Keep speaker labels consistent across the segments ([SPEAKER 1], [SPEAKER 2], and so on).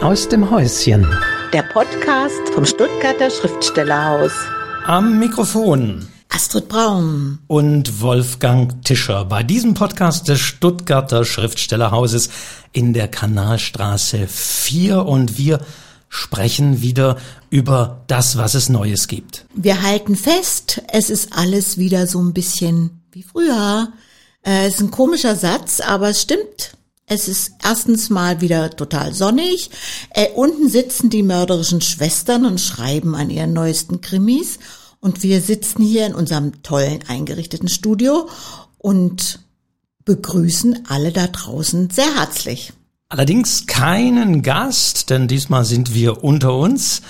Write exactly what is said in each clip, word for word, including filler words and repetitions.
[SPEAKER 1] Aus dem Häuschen.
[SPEAKER 2] Der Podcast vom Stuttgarter Schriftstellerhaus.
[SPEAKER 1] Am Mikrofon
[SPEAKER 2] Astrid Braun
[SPEAKER 1] und Wolfgang Tischer bei diesem Podcast des Stuttgarter Schriftstellerhauses in der Kanalstraße vier, und wir sprechen wieder über das, was es Neues gibt.
[SPEAKER 2] Wir halten fest, es ist alles wieder so ein bisschen wie früher. Es äh, ist ein komischer Satz, aber es stimmt. Es ist erstens mal wieder total sonnig. Äh, unten sitzen die mörderischen Schwestern und schreiben an ihren neuesten Krimis. Und wir sitzen hier in unserem tollen eingerichteten Studio und begrüßen alle da draußen sehr herzlich.
[SPEAKER 1] Allerdings keinen Gast, denn diesmal sind wir unter uns.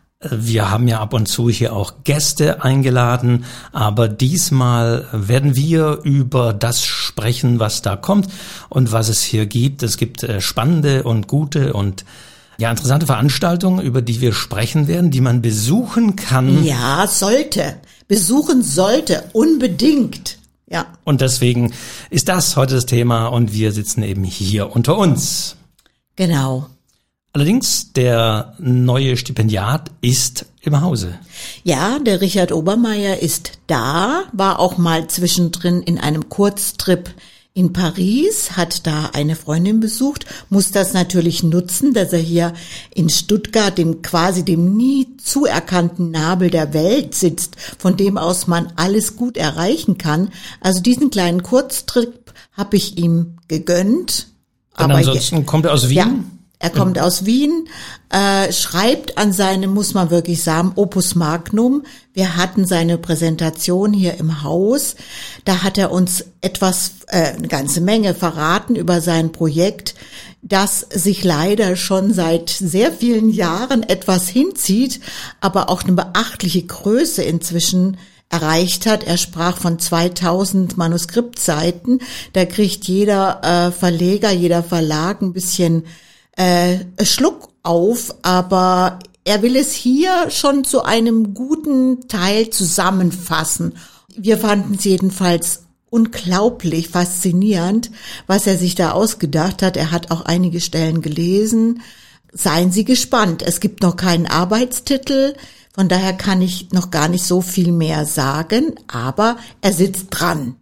[SPEAKER 1] Wir haben ja ab und zu hier auch Gäste eingeladen, aber diesmal werden wir über das sprechen, was da kommt und was es hier gibt. Es gibt spannende und gute und ja interessante Veranstaltungen, über die wir sprechen werden, die man besuchen kann.
[SPEAKER 2] Ja, sollte. Besuchen sollte, unbedingt. Ja.
[SPEAKER 1] Und deswegen ist das heute das Thema und wir sitzen eben hier unter uns.
[SPEAKER 2] Genau.
[SPEAKER 1] Allerdings, der neue Stipendiat ist im Hause.
[SPEAKER 2] Ja, der Richard Obermeier ist da, war auch mal zwischendrin in einem Kurztrip in Paris, hat da eine Freundin besucht, muss das natürlich nutzen, dass er hier in Stuttgart, dem quasi dem nie zuerkannten Nabel der Welt sitzt, von dem aus man alles gut erreichen kann. Also diesen kleinen Kurztrip habe ich ihm gegönnt.
[SPEAKER 1] Und aber ansonsten je, kommt er aus Wien?
[SPEAKER 2] Ja. Er kommt aus Wien, äh, schreibt an seinem, muss man wirklich sagen, Opus Magnum. Wir hatten seine Präsentation hier im Haus. Da hat er uns etwas, äh, eine ganze Menge verraten über sein Projekt, das sich leider schon seit sehr vielen Jahren etwas hinzieht, aber auch eine beachtliche Größe inzwischen erreicht hat. Er sprach von zweitausend Manuskriptseiten. Da kriegt jeder äh, Verleger, jeder Verlag ein bisschen Äh, Schluck auf, aber er will es hier schon zu einem guten Teil zusammenfassen. Wir fanden es jedenfalls unglaublich faszinierend, was er sich da ausgedacht hat. Er hat auch einige Stellen gelesen. Seien Sie gespannt. Es gibt noch keinen Arbeitstitel, von daher kann ich noch gar nicht so viel mehr sagen, aber er sitzt dran.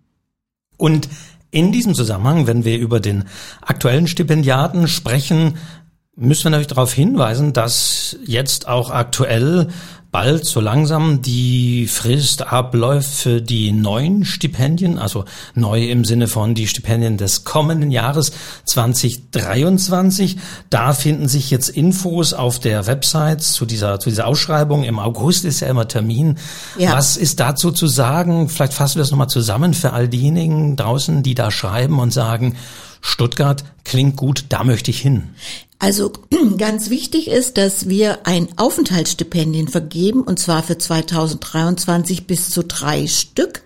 [SPEAKER 1] Und in diesem Zusammenhang, wenn wir über den aktuellen Stipendiaten sprechen, müssen wir natürlich darauf hinweisen, dass jetzt auch aktuell bald so langsam die Frist abläuft für die neuen Stipendien, also neu im Sinne von die Stipendien des kommenden Jahres zwanzig dreiundzwanzig. Da finden sich jetzt Infos auf der Website zu dieser zu dieser Ausschreibung. Im August ist ja immer Termin. Ja. Was ist dazu zu sagen? Vielleicht fassen wir das nochmal zusammen für all diejenigen draußen, die da schreiben und sagen, Stuttgart klingt gut, da möchte ich hin.
[SPEAKER 2] Also ganz wichtig ist, dass wir ein Aufenthaltsstipendien vergeben, und zwar für zweitausenddreiundzwanzig bis zu drei Stück.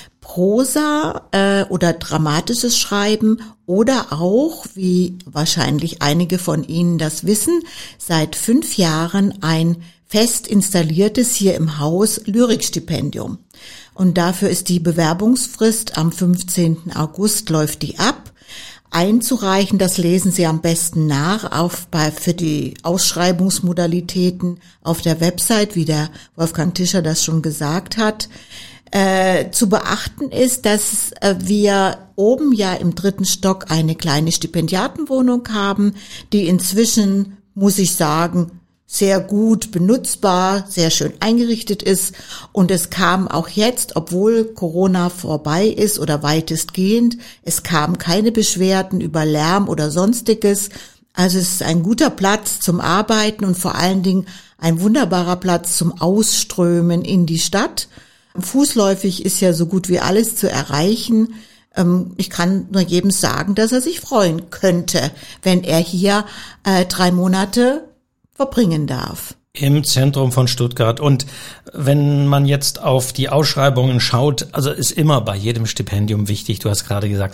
[SPEAKER 2] Prosa äh, oder dramatisches Schreiben oder auch, wie wahrscheinlich einige von Ihnen das wissen, seit fünf Jahren ein fest installiertes hier im Haus Lyrikstipendium. Und dafür ist die Bewerbungsfrist am fünfzehnten August, läuft die ab. Einzureichen, das lesen Sie am besten nach auf bei für die Ausschreibungsmodalitäten auf der Website, wie der Wolfgang Tischer das schon gesagt hat. Äh, zu beachten ist, dass äh, wir oben ja im dritten Stock eine kleine Stipendiatenwohnung haben, die inzwischen, muss ich sagen, sehr gut benutzbar, sehr schön eingerichtet ist, und es kam auch jetzt, obwohl Corona vorbei ist oder weitestgehend, es kamen keine Beschwerden über Lärm oder Sonstiges. Also es ist ein guter Platz zum Arbeiten und vor allen Dingen ein wunderbarer Platz zum Ausströmen in die Stadt. Fußläufig ist ja so gut wie alles zu erreichen. Ich kann nur jedem sagen, dass er sich freuen könnte, wenn er hier äh, drei Monate verbringen darf.
[SPEAKER 1] Im Zentrum von Stuttgart. Und wenn man jetzt auf die Ausschreibungen schaut, also ist immer bei jedem Stipendium wichtig, du hast gerade gesagt,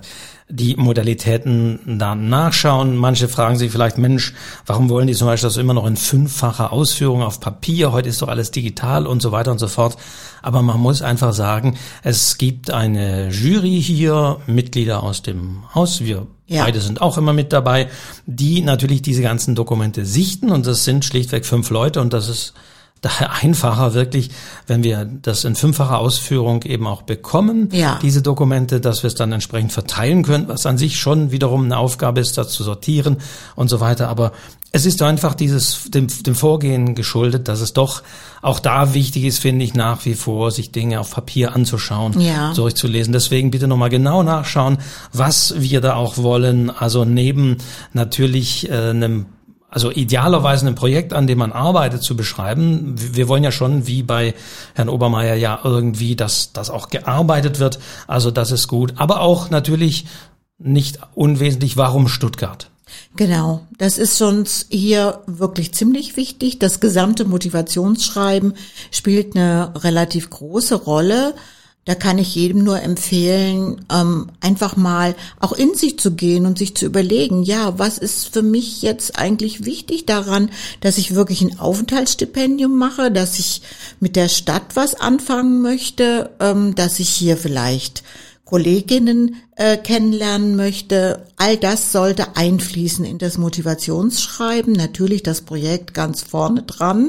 [SPEAKER 1] die Modalitäten dann nachschauen. Manche fragen sich vielleicht, Mensch, warum wollen die zum Beispiel das immer noch in fünffacher Ausführung auf Papier? Heute ist doch alles digital und so weiter und so fort. Aber man muss einfach sagen, es gibt eine Jury hier, Mitglieder aus dem Haus, wir ja. beide sind auch immer mit dabei, die natürlich diese ganzen Dokumente sichten, und das sind schlichtweg fünf Leute, und das ist daher einfacher wirklich, wenn wir das in fünffacher Ausführung eben auch bekommen, ja. diese Dokumente, dass wir es dann entsprechend verteilen können, was an sich schon wiederum eine Aufgabe ist, das zu sortieren und so weiter. Aber es ist einfach dieses dem, dem Vorgehen geschuldet, dass es doch auch da wichtig ist, finde ich, nach wie vor, sich Dinge auf Papier anzuschauen, ja. durchzulesen. Deswegen bitte nochmal genau nachschauen, was wir da auch wollen. Also neben natürlich äh, einem Also idealerweise ein Projekt, an dem man arbeitet, zu beschreiben. Wir wollen ja schon, wie bei Herrn Obermeier, ja irgendwie, dass das auch gearbeitet wird. Also das ist gut. Aber auch natürlich nicht unwesentlich, warum Stuttgart?
[SPEAKER 2] Genau, das ist uns hier wirklich ziemlich wichtig. Das gesamte Motivationsschreiben spielt eine relativ große Rolle. Da kann ich jedem nur empfehlen, ähm, einfach mal auch in sich zu gehen und sich zu überlegen, ja, was ist für mich jetzt eigentlich wichtig daran, dass ich wirklich ein Aufenthaltsstipendium mache, dass ich mit der Stadt was anfangen möchte, ähm, dass ich hier vielleicht Kolleginnen äh, kennenlernen möchte. All das sollte einfließen in das Motivationsschreiben. Natürlich das Projekt ganz vorne dran.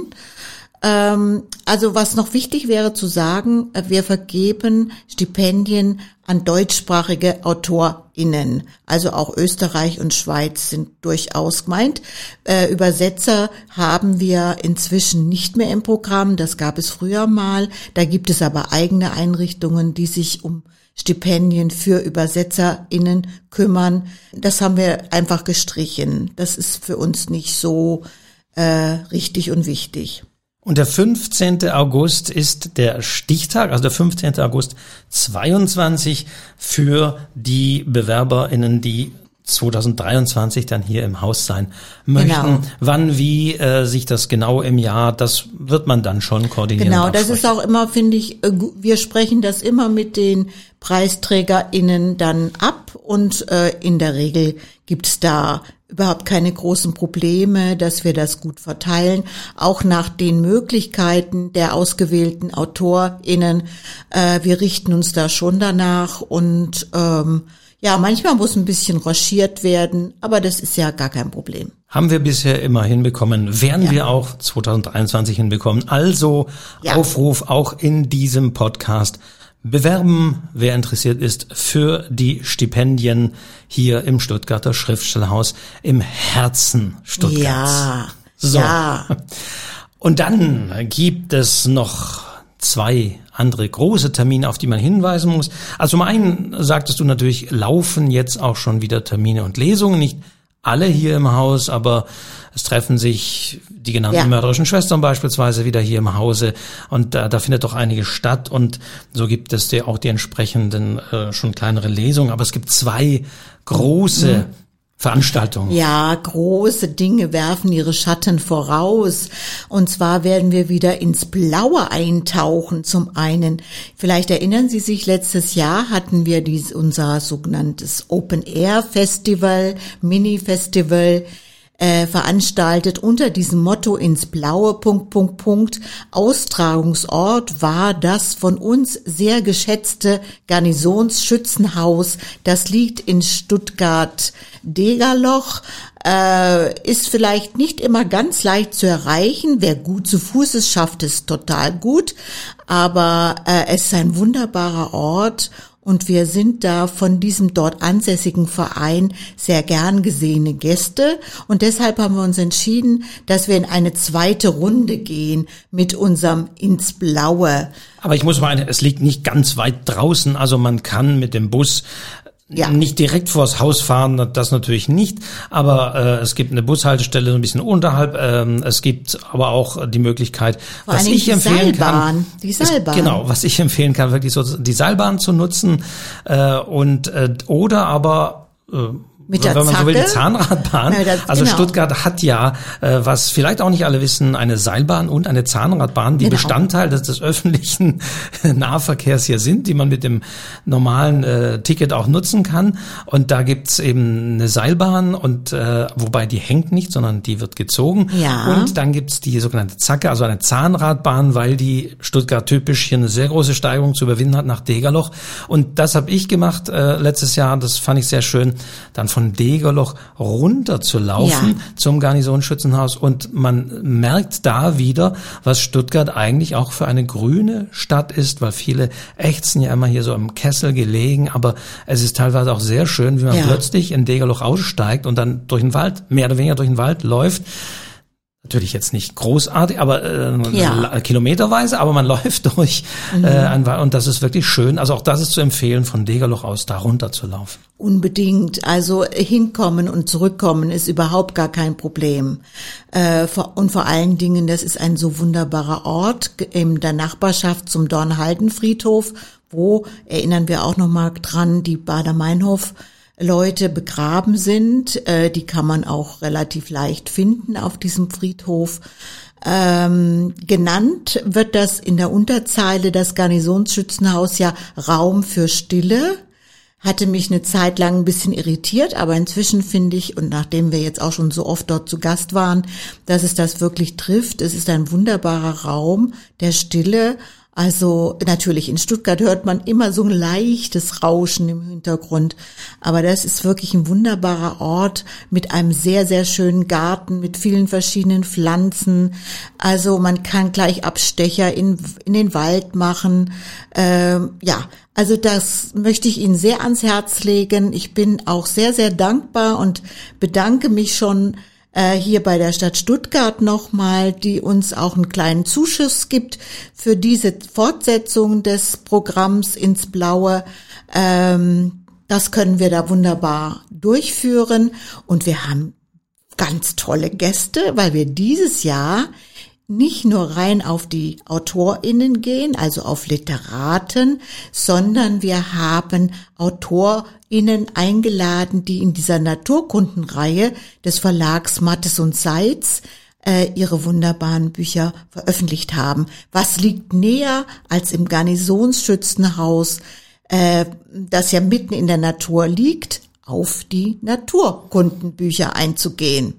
[SPEAKER 2] Also was noch wichtig wäre zu sagen, wir vergeben Stipendien an deutschsprachige AutorInnen. Also auch Österreich und Schweiz sind durchaus gemeint. Übersetzer haben wir inzwischen nicht mehr im Programm. Das gab es früher mal. Da gibt es aber eigene Einrichtungen, die sich um Stipendien für ÜbersetzerInnen kümmern. Das haben wir einfach gestrichen. Das ist für uns nicht so äh, richtig und wichtig.
[SPEAKER 1] Und der fünfzehnte August ist der Stichtag, also der fünfzehnte August zweiundzwanzig für die BewerberInnen, die zwanzig dreiundzwanzig dann hier im Haus sein möchten. Genau. Wann, wie äh, sich das genau im Jahr, das wird man dann schon koordinieren.
[SPEAKER 2] Genau, das ist auch immer, finde ich, wir sprechen das immer mit den PreisträgerInnen dann ab, und äh, in der Regel gibt's da überhaupt keine großen Probleme, dass wir das gut verteilen, auch nach den Möglichkeiten der ausgewählten AutorInnen. Äh, wir richten uns da schon danach, und ähm, ja, manchmal muss ein bisschen recherchiert werden, aber das ist ja gar kein Problem.
[SPEAKER 1] Haben wir bisher immer hinbekommen, werden ja. wir auch zwanzig dreiundzwanzig hinbekommen. Also ja. Aufruf auch in diesem Podcast. Bewerben, wer interessiert ist, für die Stipendien hier im Stuttgarter Schriftstellerhaus im Herzen Stuttgarts.
[SPEAKER 2] Ja,
[SPEAKER 1] so.
[SPEAKER 2] ja.
[SPEAKER 1] Und dann gibt es noch zwei andere große Termine, auf die man hinweisen muss. Also zum einen, sagtest du natürlich, laufen jetzt auch schon wieder Termine und Lesungen, nicht alle hier im Haus, aber es treffen sich die genannten ja. mörderischen Schwestern beispielsweise wieder hier im Hause, und da, da findet doch einiges statt, und so gibt es ja auch die entsprechenden äh, schon kleinere Lesungen, aber es gibt zwei große mhm. Veranstaltungen.
[SPEAKER 2] Ja, große Dinge werfen ihre Schatten voraus. Und zwar werden wir wieder ins Blaue eintauchen. Zum einen, vielleicht erinnern Sie sich, letztes Jahr hatten wir dies, unser sogenanntes Open Air Festival, Mini-Festival, äh, veranstaltet unter diesem Motto ins Blaue, Punkt, Punkt, Punkt. Austragungsort war das von uns sehr geschätzte Garnisonsschützenhaus. Das liegt in Stuttgart-Degerloch, äh, ist vielleicht nicht immer ganz leicht zu erreichen. Wer gut zu Fuß ist, schafft es total gut, aber äh, es ist ein wunderbarer Ort. Und wir sind da von diesem dort ansässigen Verein sehr gern gesehene Gäste. Und deshalb haben wir uns entschieden, dass wir in eine zweite Runde gehen mit unserem Ins Blaue.
[SPEAKER 1] Aber ich muss meinen, es liegt nicht ganz weit draußen. Also man kann mit dem Bus ja. nicht direkt vors Haus fahren, das natürlich nicht, aber äh, es gibt eine Bushaltestelle so ein bisschen unterhalb. Ähm, es gibt aber auch die Möglichkeit,
[SPEAKER 2] Vor
[SPEAKER 1] was ich empfehlen
[SPEAKER 2] Seilbahn,
[SPEAKER 1] kann,
[SPEAKER 2] die Seilbahn.
[SPEAKER 1] Ist, genau, was ich empfehlen kann, wirklich so die Seilbahn zu nutzen äh, und äh, oder aber äh,
[SPEAKER 2] Mit der
[SPEAKER 1] wenn man
[SPEAKER 2] Zacke.
[SPEAKER 1] so will, die Zahnradbahn.
[SPEAKER 2] Ja, das,
[SPEAKER 1] also
[SPEAKER 2] genau.
[SPEAKER 1] Stuttgart hat ja, äh, was vielleicht auch nicht alle wissen, eine Seilbahn und eine Zahnradbahn, die genau. Bestandteil des, des öffentlichen Nahverkehrs hier sind, die man mit dem normalen äh, Ticket auch nutzen kann. Und da gibt's eben eine Seilbahn, und äh, wobei die hängt nicht, sondern die wird gezogen.
[SPEAKER 2] Ja.
[SPEAKER 1] Und dann gibt's die sogenannte Zacke, also eine Zahnradbahn, weil die Stuttgart typisch hier eine sehr große Steigung zu überwinden hat nach Degerloch. Und das habe ich gemacht äh, letztes Jahr, das fand ich sehr schön, dann von Degerloch runter zu laufen ja. zum Garnisonsschützenhaus, und man merkt da wieder, was Stuttgart eigentlich auch für eine grüne Stadt ist, weil viele ächzen ja immer hier so im Kessel gelegen, aber es ist teilweise auch sehr schön, wie man ja. plötzlich in Degerloch aussteigt und dann durch den Wald, mehr oder weniger durch den Wald läuft. Natürlich jetzt nicht großartig, aber äh, ja. kilometerweise, aber man läuft durch mhm. äh, ein Wald, und das ist wirklich schön. Also auch das ist zu empfehlen, von Degerloch aus da runter zu laufen.
[SPEAKER 2] Unbedingt. Also hinkommen und zurückkommen ist überhaupt gar kein Problem. Äh, und vor allen Dingen, das ist ein so wunderbarer Ort in der Nachbarschaft zum Dornhaldenfriedhof, wo, erinnern wir auch nochmal dran, die Baader-Meinhof Leute begraben sind. Äh, die kann man auch relativ leicht finden auf diesem Friedhof. Ähm, genannt wird das in der Unterzeile, das Garnisonsschützenhaus, ja Raum für Stille. Hatte mich eine Zeit lang ein bisschen irritiert, aber inzwischen finde ich, und nachdem wir jetzt auch schon so oft dort zu Gast waren, dass es das wirklich trifft. Es ist ein wunderbarer Raum der Stille. Also natürlich, in Stuttgart hört man immer so ein leichtes Rauschen im Hintergrund, aber das ist wirklich ein wunderbarer Ort mit einem sehr, sehr schönen Garten, mit vielen verschiedenen Pflanzen. Also man kann gleich Abstecher in, in den Wald machen. Ähm, ja, also das möchte ich Ihnen sehr ans Herz legen. Ich bin auch sehr, sehr dankbar und bedanke mich schon hier bei der Stadt Stuttgart nochmal, die uns auch einen kleinen Zuschuss gibt für diese Fortsetzung des Programms ins Blaue. Das können wir da wunderbar durchführen, und wir haben ganz tolle Gäste, weil wir dieses Jahr nicht nur rein auf die AutorInnen gehen, also auf Literaten, sondern wir haben AutorInnen eingeladen, die in dieser Naturkundenreihe des Verlags Mattes und Seitz äh, ihre wunderbaren Bücher veröffentlicht haben. Was liegt näher, als im Garnisonsschützenhaus, äh, das ja mitten in der Natur liegt, auf die Naturkundenbücher einzugehen?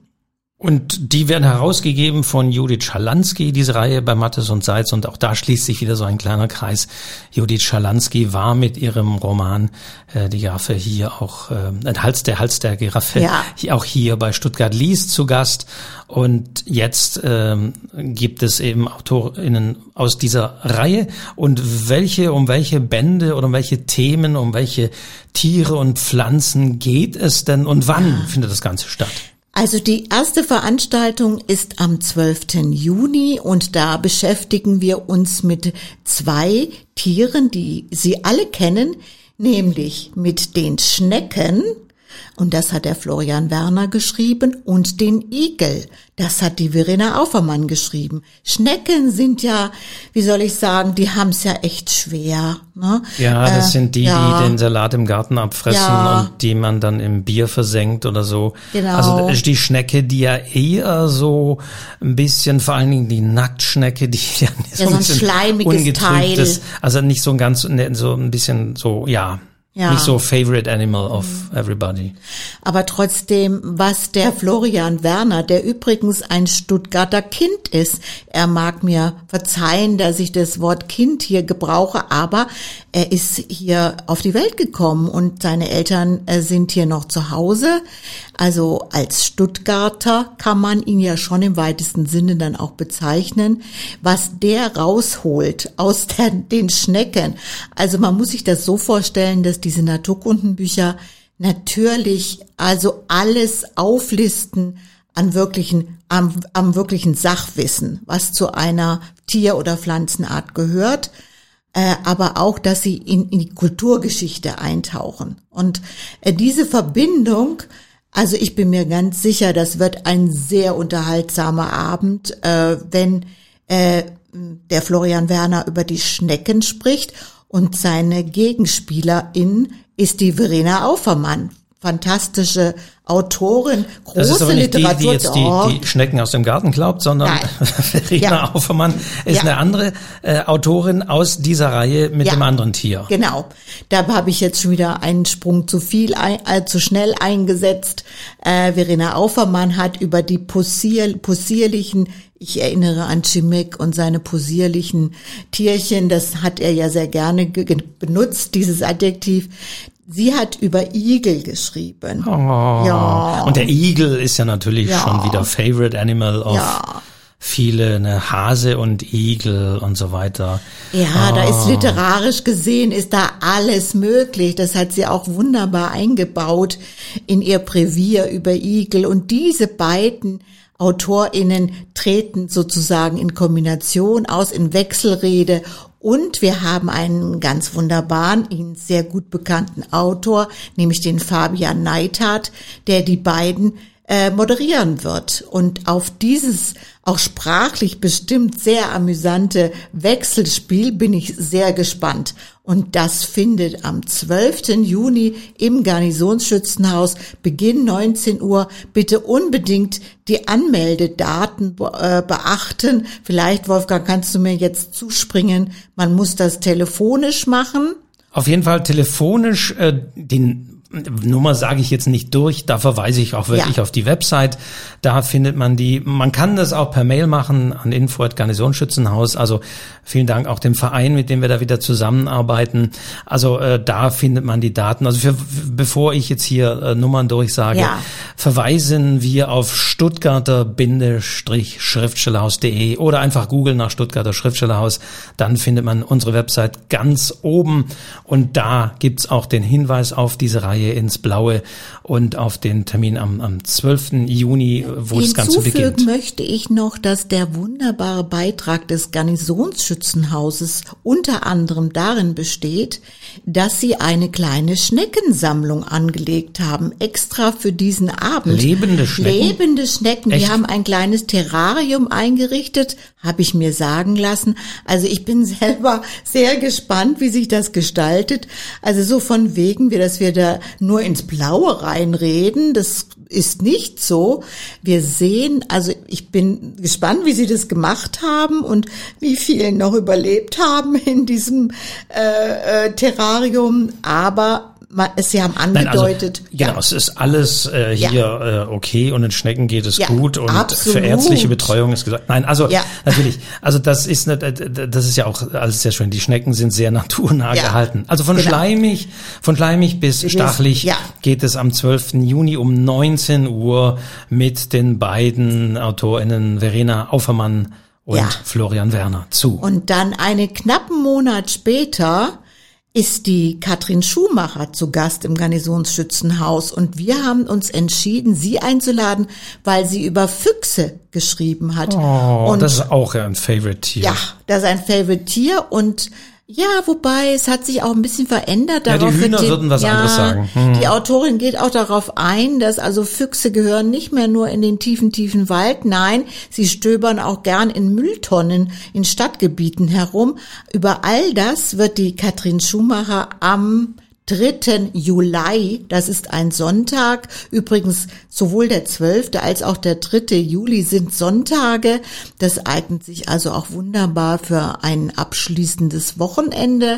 [SPEAKER 1] Und die werden herausgegeben von Judith Schalansky, diese Reihe bei Mattes und Seitz. Und auch da schließt sich wieder so ein kleiner Kreis. Judith Schalansky war mit ihrem Roman äh, Die Giraffe hier auch, äh, Hals der Hals der Giraffe, ja. hier, auch hier bei Stuttgart liest zu Gast. Und jetzt ähm, gibt es eben AutorInnen aus dieser Reihe. Und welche, um welche Bände oder um welche Themen, um welche Tiere und Pflanzen geht es denn, und wann ja. findet das Ganze statt?
[SPEAKER 2] Also die erste Veranstaltung ist am zwölften Juni, und da beschäftigen wir uns mit zwei Tieren, die Sie alle kennen, nämlich mit den Schnecken, und das hat der Florian Werner geschrieben, und den Igel, das hat die Verena Aufermann geschrieben. Schnecken sind ja, wie soll ich sagen, die haben es ja echt schwer. Ne?
[SPEAKER 1] Ja, das äh, sind die,
[SPEAKER 2] ja.
[SPEAKER 1] die den Salat im Garten abfressen ja. und die man dann im Bier versenkt oder so.
[SPEAKER 2] Genau.
[SPEAKER 1] Also die Schnecke, die ja eher so ein bisschen, vor allen Dingen die Nacktschnecke, die ja,
[SPEAKER 2] so, ja, so ein, ein schleimiges Teil.
[SPEAKER 1] Also nicht so ein ganz, so ein bisschen so, ja. Ja. Nicht so favorite animal of everybody.
[SPEAKER 2] Aber trotzdem, was der Florian Werner, der übrigens ein Stuttgarter Kind ist, er mag mir verzeihen, dass ich das Wort Kind hier gebrauche, aber er ist hier auf die Welt gekommen und seine Eltern sind hier noch zu Hause. Also als Stuttgarter kann man ihn ja schon im weitesten Sinne dann auch bezeichnen, was der rausholt aus der, den Schnecken. Also man muss sich das so vorstellen, dass diese Naturkundenbücher natürlich also alles auflisten an wirklichen, am, am wirklichen Sachwissen, was zu einer Tier- oder Pflanzenart gehört, äh, aber auch, dass sie in, in die Kulturgeschichte eintauchen. Und äh, diese Verbindung, also ich bin mir ganz sicher, das wird ein sehr unterhaltsamer Abend, äh, wenn äh, der Florian Werner über die Schnecken spricht. Und seine Gegenspielerin ist die Verena Aufermann fantastische Autorin, große
[SPEAKER 1] das ist aber nicht
[SPEAKER 2] Literatur.
[SPEAKER 1] Die, die jetzt
[SPEAKER 2] oh.
[SPEAKER 1] die, die Schnecken aus dem Garten glaubt, sondern Verena
[SPEAKER 2] Ja.
[SPEAKER 1] Aufermann ist
[SPEAKER 2] Ja.
[SPEAKER 1] eine andere äh, Autorin aus dieser Reihe mit
[SPEAKER 2] Ja.
[SPEAKER 1] dem anderen Tier.
[SPEAKER 2] Genau. Da habe ich jetzt schon wieder einen Sprung zu viel, ein, äh, zu schnell eingesetzt. Äh, Verena Aufermann hat über die possier, possierlichen, ich erinnere an Chimik und seine possierlichen Tierchen, das hat er ja sehr gerne ge- ge- benutzt, dieses Adjektiv. Sie hat über Igel geschrieben.
[SPEAKER 1] Oh.
[SPEAKER 2] Ja.
[SPEAKER 1] Und der Igel ist ja natürlich
[SPEAKER 2] Ja.
[SPEAKER 1] schon wieder Favorite Animal of
[SPEAKER 2] Ja.
[SPEAKER 1] viele, ne, Hase und Igel und so weiter.
[SPEAKER 2] Ja, da
[SPEAKER 1] Ah.
[SPEAKER 2] ist literarisch gesehen, ist da alles möglich. Das hat sie auch wunderbar eingebaut in ihr Brevier über Igel. Und diese beiden AutorInnen treten sozusagen in Kombination aus, in Wechselrede. Und wir haben einen ganz wunderbaren, Ihnen sehr gut bekannten Autor, nämlich den Fabian Neithardt, der die beiden äh, moderieren wird. Und auf dieses auch sprachlich bestimmt sehr amüsante Wechselspiel bin ich sehr gespannt. Und das findet am zwölften Juni im Garnisonsschützenhaus, Beginn neunzehn Uhr. Bitte unbedingt die Anmeldedaten äh, beachten. Vielleicht, Wolfgang, kannst du mir jetzt zuspringen. Man muss das telefonisch machen.
[SPEAKER 1] Auf jeden Fall telefonisch, äh, die Nummer sage ich jetzt nicht durch, da verweise ich auch wirklich
[SPEAKER 2] Ja.
[SPEAKER 1] auf die Website. Da findet man die. Man kann das auch per Mail machen an info at Garnisonsschützenhaus. Also vielen Dank auch dem Verein, mit dem wir da wieder zusammenarbeiten. Also äh, da findet man die Daten. Also für, bevor ich jetzt hier äh, Nummern durchsage,
[SPEAKER 2] Ja.
[SPEAKER 1] verweisen wir auf stuttgarter-schriftstellerhaus punkt de oder einfach googeln nach Stuttgarter Schriftstellerhaus. Dann findet man unsere Website ganz oben und da gibt's auch den Hinweis auf diese Reihe ins Blaue und auf den Termin am, am zwölften Juni, wo das Ganze
[SPEAKER 2] Hinzufügen
[SPEAKER 1] beginnt.
[SPEAKER 2] möchte ich noch, dass der wunderbare Beitrag des Garnisonsschützenhauses unter anderem darin besteht, dass sie eine kleine Schneckensammlung angelegt haben, extra für diesen Abend.
[SPEAKER 1] Lebende Schnecken?
[SPEAKER 2] Lebende Schnecken.
[SPEAKER 1] Echt?
[SPEAKER 2] Die haben ein kleines Terrarium eingerichtet, habe ich mir sagen lassen. Also ich bin selber sehr gespannt, wie sich das gestaltet. Also so von wegen, wie dass wir da nur ins Blaue reinreden, das ist nicht so. Wir sehen, also ich bin gespannt, wie sie das gemacht haben und wie viele noch überlebt haben in diesem äh, äh, Terrarium, aber man, sie haben angedeutet.
[SPEAKER 1] Nein, also, genau,
[SPEAKER 2] ja.
[SPEAKER 1] es ist alles äh, hier
[SPEAKER 2] Ja.
[SPEAKER 1] äh, okay und den Schnecken geht es
[SPEAKER 2] Ja,
[SPEAKER 1] gut und
[SPEAKER 2] absolut.
[SPEAKER 1] für ärztliche Betreuung ist gesagt. Nein, also
[SPEAKER 2] Ja.
[SPEAKER 1] natürlich, also das ist nicht, das ist ja auch alles sehr schön. Die Schnecken sind sehr naturnah
[SPEAKER 2] Ja.
[SPEAKER 1] gehalten. Also von
[SPEAKER 2] Genau.
[SPEAKER 1] schleimig, von schleimig bis
[SPEAKER 2] Bis-
[SPEAKER 1] stachlig
[SPEAKER 2] ja.
[SPEAKER 1] geht es am zwölften Juni um neunzehn Uhr mit den beiden AutorInnen Verena Aufermann und
[SPEAKER 2] Ja.
[SPEAKER 1] Florian Werner zu.
[SPEAKER 2] Und dann einen knappen Monat später ist die Katrin Schumacher zu Gast im Garnisonsschützenhaus und wir haben uns entschieden, sie einzuladen, weil sie über Füchse geschrieben hat.
[SPEAKER 1] Oh,
[SPEAKER 2] und
[SPEAKER 1] das ist auch ein Favorite-Tier.
[SPEAKER 2] ja, das ist ein Favorite-Tier und ja, wobei es hat sich auch ein bisschen verändert.
[SPEAKER 1] Ja, die
[SPEAKER 2] Darauf wird
[SPEAKER 1] Hühner würden was anderes sagen. Hm.
[SPEAKER 2] Die Autorin geht auch darauf ein, dass also Füchse gehören nicht mehr nur in den tiefen, tiefen Wald. Nein, sie stöbern auch gern in Mülltonnen in Stadtgebieten herum. Über all das wird die Katrin Schumacher am dritten Juli, das ist ein Sonntag, übrigens sowohl der zwölfte als auch der dritte Juli sind Sonntage, das eignet sich also auch wunderbar für ein abschließendes Wochenende.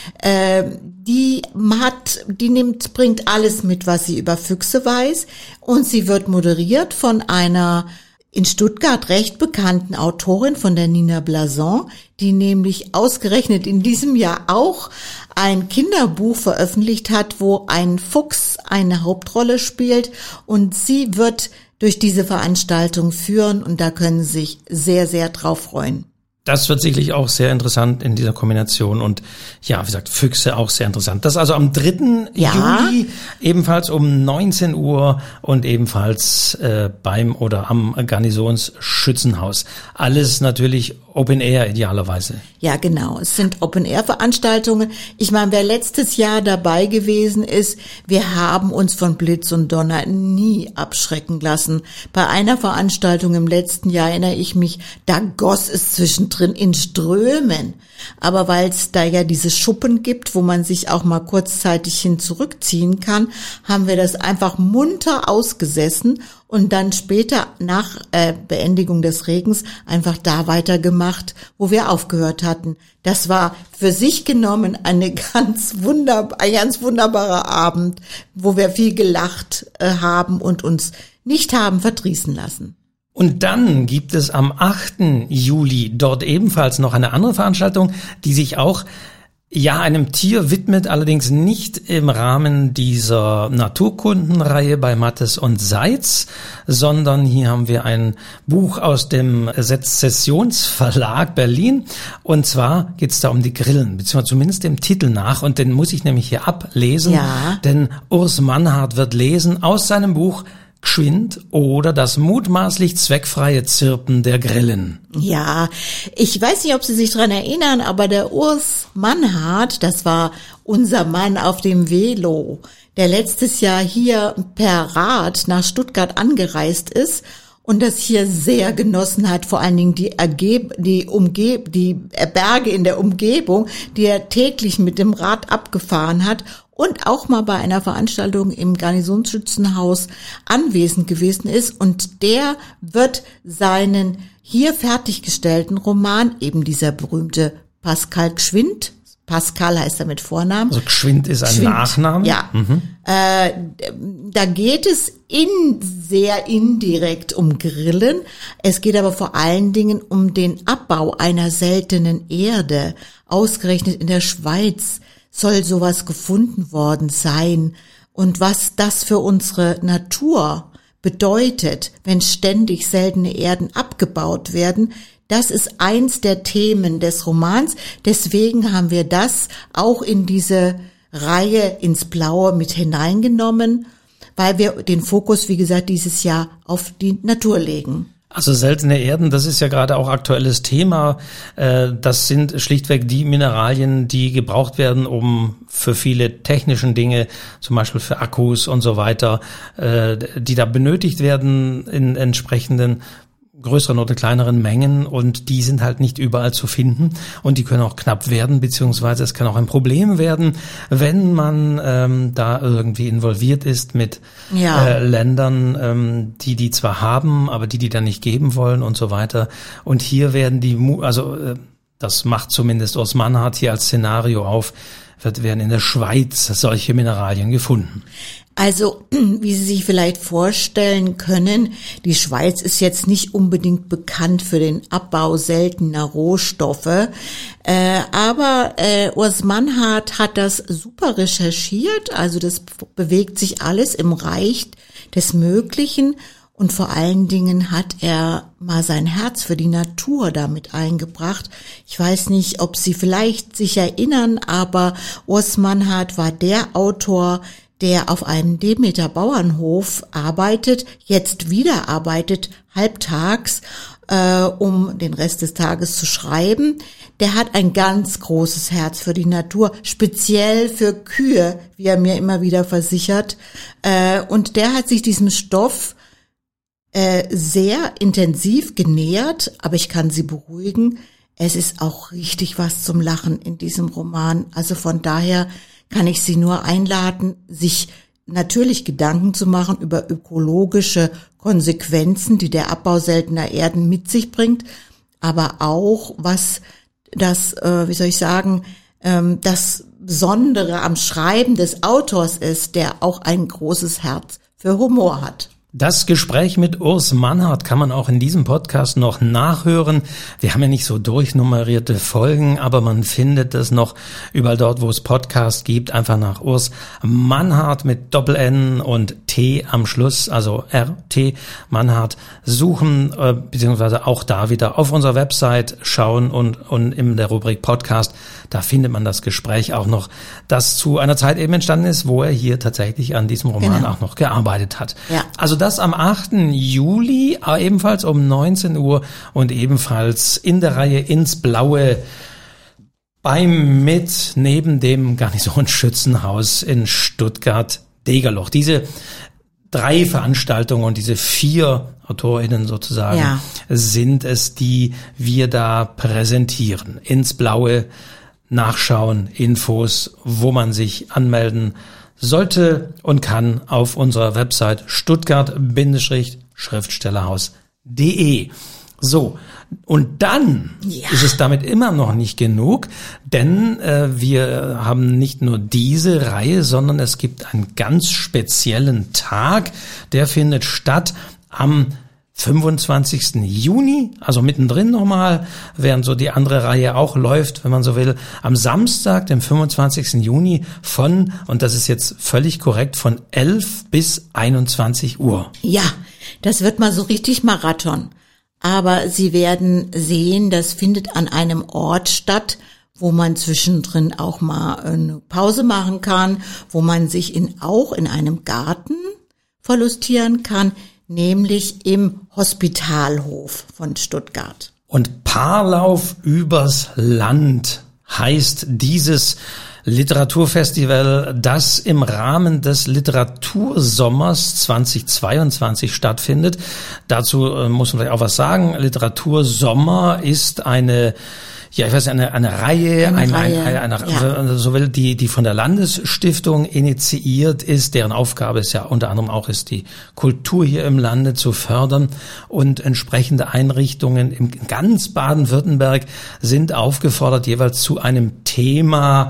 [SPEAKER 2] Äh, die hat, die nimmt, bringt alles mit, was sie über Füchse weiß und sie wird moderiert von einer in Stuttgart recht bekannten Autorin, von der Nina Blason, die nämlich ausgerechnet in diesem Jahr auch ein Kinderbuch veröffentlicht hat, wo ein Fuchs eine Hauptrolle spielt und sie wird durch diese Veranstaltung führen und da können Sie sich sehr, sehr drauf freuen.
[SPEAKER 1] Das wird sicherlich auch sehr interessant in dieser Kombination und ja, wie gesagt, Füchse auch sehr interessant. Das also am dritten
[SPEAKER 2] Ja.
[SPEAKER 1] Juli, ebenfalls um neunzehn Uhr und ebenfalls äh, beim oder am Garnisonsschützenhaus. Alles natürlich Open Air idealerweise.
[SPEAKER 2] Ja, genau. Es sind Open-Air-Veranstaltungen. Ich meine, wer letztes Jahr dabei gewesen ist, wir haben uns von Blitz und Donner nie abschrecken lassen. Bei einer Veranstaltung im letzten Jahr erinnere ich mich, da goss es zwischendrin drin in Strömen. Aber weil es da ja diese Schuppen gibt, wo man sich auch mal kurzzeitig hin zurückziehen kann, haben wir das einfach munter ausgesessen und dann später nach äh, Beendigung des Regens einfach da weitergemacht, wo wir aufgehört hatten. Das war für sich genommen eine ganz wunderbar, ein ganz wunderbarer Abend, wo wir viel gelacht äh, haben und uns nicht haben verdrießen lassen.
[SPEAKER 1] Und dann gibt es am achten Juli dort ebenfalls noch eine andere Veranstaltung, die sich auch ja einem Tier widmet, allerdings nicht im Rahmen dieser Naturkundenreihe bei Mattes und Seitz, sondern hier haben wir ein Buch aus dem Sezessionsverlag Berlin, und zwar geht es da um die Grillen, beziehungsweise zumindest dem Titel nach, und den muss ich nämlich hier ablesen,
[SPEAKER 2] ja.
[SPEAKER 1] Denn Urs Mannhardt wird lesen aus seinem Buch Geschwind oder das mutmaßlich zweckfreie Zirpen der Grillen.
[SPEAKER 2] Ja, ich weiß nicht, ob Sie sich dran erinnern, aber der Urs Mannhardt, das war unser Mann auf dem Velo, der letztes Jahr hier per Rad nach Stuttgart angereist ist und das hier sehr genossen hat, vor allen Dingen die Ergeb- die Umgeb- die Berge in der Umgebung, die er täglich mit dem Rad abgefahren hat. Und auch mal bei einer Veranstaltung im Garnisonsschützenhaus anwesend gewesen ist. Und der wird seinen hier fertiggestellten Roman, eben dieser berühmte Pascal Gschwind, Pascal heißt er mit Vornamen.
[SPEAKER 1] Also Gschwind ist ein
[SPEAKER 2] Gschwind,
[SPEAKER 1] Nachname?
[SPEAKER 2] Ja. Mhm. Äh, da geht es in sehr indirekt um Grillen. Es geht aber vor allen Dingen um den Abbau einer seltenen Erde, ausgerechnet in der Schweiz. Soll sowas gefunden worden sein und was das für unsere Natur bedeutet, wenn ständig seltene Erden abgebaut werden, das ist eins der Themen des Romans. Deswegen haben wir das auch in diese Reihe ins Blaue mit hineingenommen, weil wir den Fokus, wie gesagt, dieses Jahr auf die Natur legen.
[SPEAKER 1] Also seltene Erden, das ist ja gerade auch aktuelles Thema. Das sind schlichtweg die Mineralien, die gebraucht werden, um für viele technischen Dinge, zum Beispiel für Akkus und so weiter, die da benötigt werden in entsprechenden größeren oder kleineren Mengen, und die sind halt nicht überall zu finden und die können auch knapp werden, beziehungsweise es kann auch ein Problem werden, wenn man ähm, da irgendwie involviert ist mit
[SPEAKER 2] ja.
[SPEAKER 1] äh, Ländern, ähm, die die zwar haben, aber die die dann nicht geben wollen und so weiter. Und hier werden die, also äh, das macht zumindest Urs Mannhardt hier als Szenario auf, wird werden in der Schweiz solche Mineralien gefunden.
[SPEAKER 2] Also, wie Sie sich vielleicht vorstellen können, die Schweiz ist jetzt nicht unbedingt bekannt für den Abbau seltener Rohstoffe, äh, aber äh, Urs Mannhardt hat das super recherchiert, also das bewegt sich alles im Reich des Möglichen, und vor allen Dingen hat er mal sein Herz für die Natur damit eingebracht. Ich weiß nicht, ob Sie vielleicht sich erinnern, aber Urs Mannhardt war der Autor, der auf einem Demeter Bauernhof arbeitet, jetzt wieder arbeitet, halbtags, äh, um den Rest des Tages zu schreiben. Der hat ein ganz großes Herz für die Natur, speziell für Kühe, wie er mir immer wieder versichert. Äh, und der hat sich diesem Stoff äh, sehr intensiv genähert, aber ich kann Sie beruhigen, es ist auch richtig was zum Lachen in diesem Roman. Also von daher kann ich Sie nur einladen, sich natürlich Gedanken zu machen über ökologische Konsequenzen, die der Abbau seltener Erden mit sich bringt, aber auch, was das, äh, wie soll ich sagen, ähm, das Besondere am Schreiben des Autors ist, der auch ein großes Herz für Humor hat.
[SPEAKER 1] Das Gespräch mit Urs Mannhardt kann man auch in diesem Podcast noch nachhören. Wir haben ja nicht so durchnummerierte Folgen, aber man findet es noch überall dort, wo es Podcasts gibt. Einfach nach Urs Mannhardt mit Doppel-N und T am Schluss, also R T Mannhardt suchen, äh, beziehungsweise auch da wieder auf unserer Website schauen und, und in der Rubrik Podcast, da findet man das Gespräch auch noch, das zu einer Zeit eben entstanden ist, wo er hier tatsächlich an diesem Roman genau. auch noch gearbeitet hat.
[SPEAKER 2] Ja.
[SPEAKER 1] Also das am achten Juli, ebenfalls um neunzehn Uhr und ebenfalls in der Reihe ins Blaue beim Mit neben dem Garnisonsschützenhaus in Stuttgart-Degerloch. Diese drei Veranstaltungen und diese vier AutorInnen sozusagen,
[SPEAKER 2] ja.
[SPEAKER 1] sind es, die wir da präsentieren. Ins Blaue nachschauen, Infos, wo man sich anmelden sollte und kann auf unserer Website stuttgart-schriftstellerhaus punkt de. So, und dann ja. ist es damit immer noch nicht genug, denn äh, wir haben nicht nur diese Reihe, sondern es gibt einen ganz speziellen Tag, der findet statt am fünfundzwanzigsten Juni, also mittendrin nochmal, während so die andere Reihe auch läuft, wenn man so will, am Samstag, dem fünfundzwanzigsten Juni von, und das ist jetzt völlig korrekt, von elf bis einundzwanzig Uhr.
[SPEAKER 2] Ja, das wird mal so richtig Marathon. Aber Sie werden sehen, das findet an einem Ort statt, wo man zwischendrin auch mal eine Pause machen kann, wo man sich in, auch in einem Garten verlustieren kann, nämlich im Hospitalhof von Stuttgart.
[SPEAKER 1] Und Paarlauf übers Land heißt dieses Literaturfestival, das im Rahmen des Literatursommers zweitausendzweiundzwanzig stattfindet. Dazu äh, muss man vielleicht auch was sagen. Literatursommer ist eine Ja, ich weiß, eine, eine Reihe, eine, eine, Reihe, eine, eine, eine ja. so will, die, die von der Landesstiftung initiiert ist, deren Aufgabe es ja unter anderem auch ist, die Kultur hier im Lande zu fördern, und entsprechende Einrichtungen in ganz Baden-Württemberg sind aufgefordert, jeweils zu einem Thema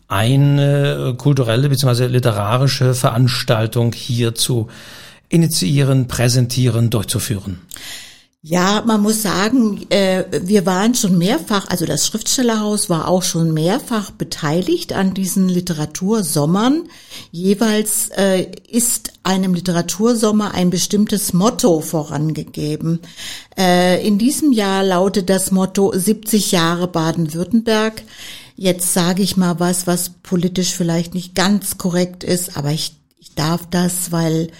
[SPEAKER 1] eine kulturelle bzw. literarische Veranstaltung hier zu initiieren, präsentieren, durchzuführen.
[SPEAKER 2] Ja, man muss sagen, äh, wir waren schon mehrfach, also das Schriftstellerhaus war auch schon mehrfach beteiligt an diesen Literatursommern. Jeweils äh, ist einem Literatursommer ein bestimmtes Motto vorangegeben. Äh, in diesem Jahr lautet das Motto siebzig Jahre Baden-Württemberg. Jetzt sage ich mal was, was politisch vielleicht nicht ganz korrekt ist, aber ich, ich darf das, weil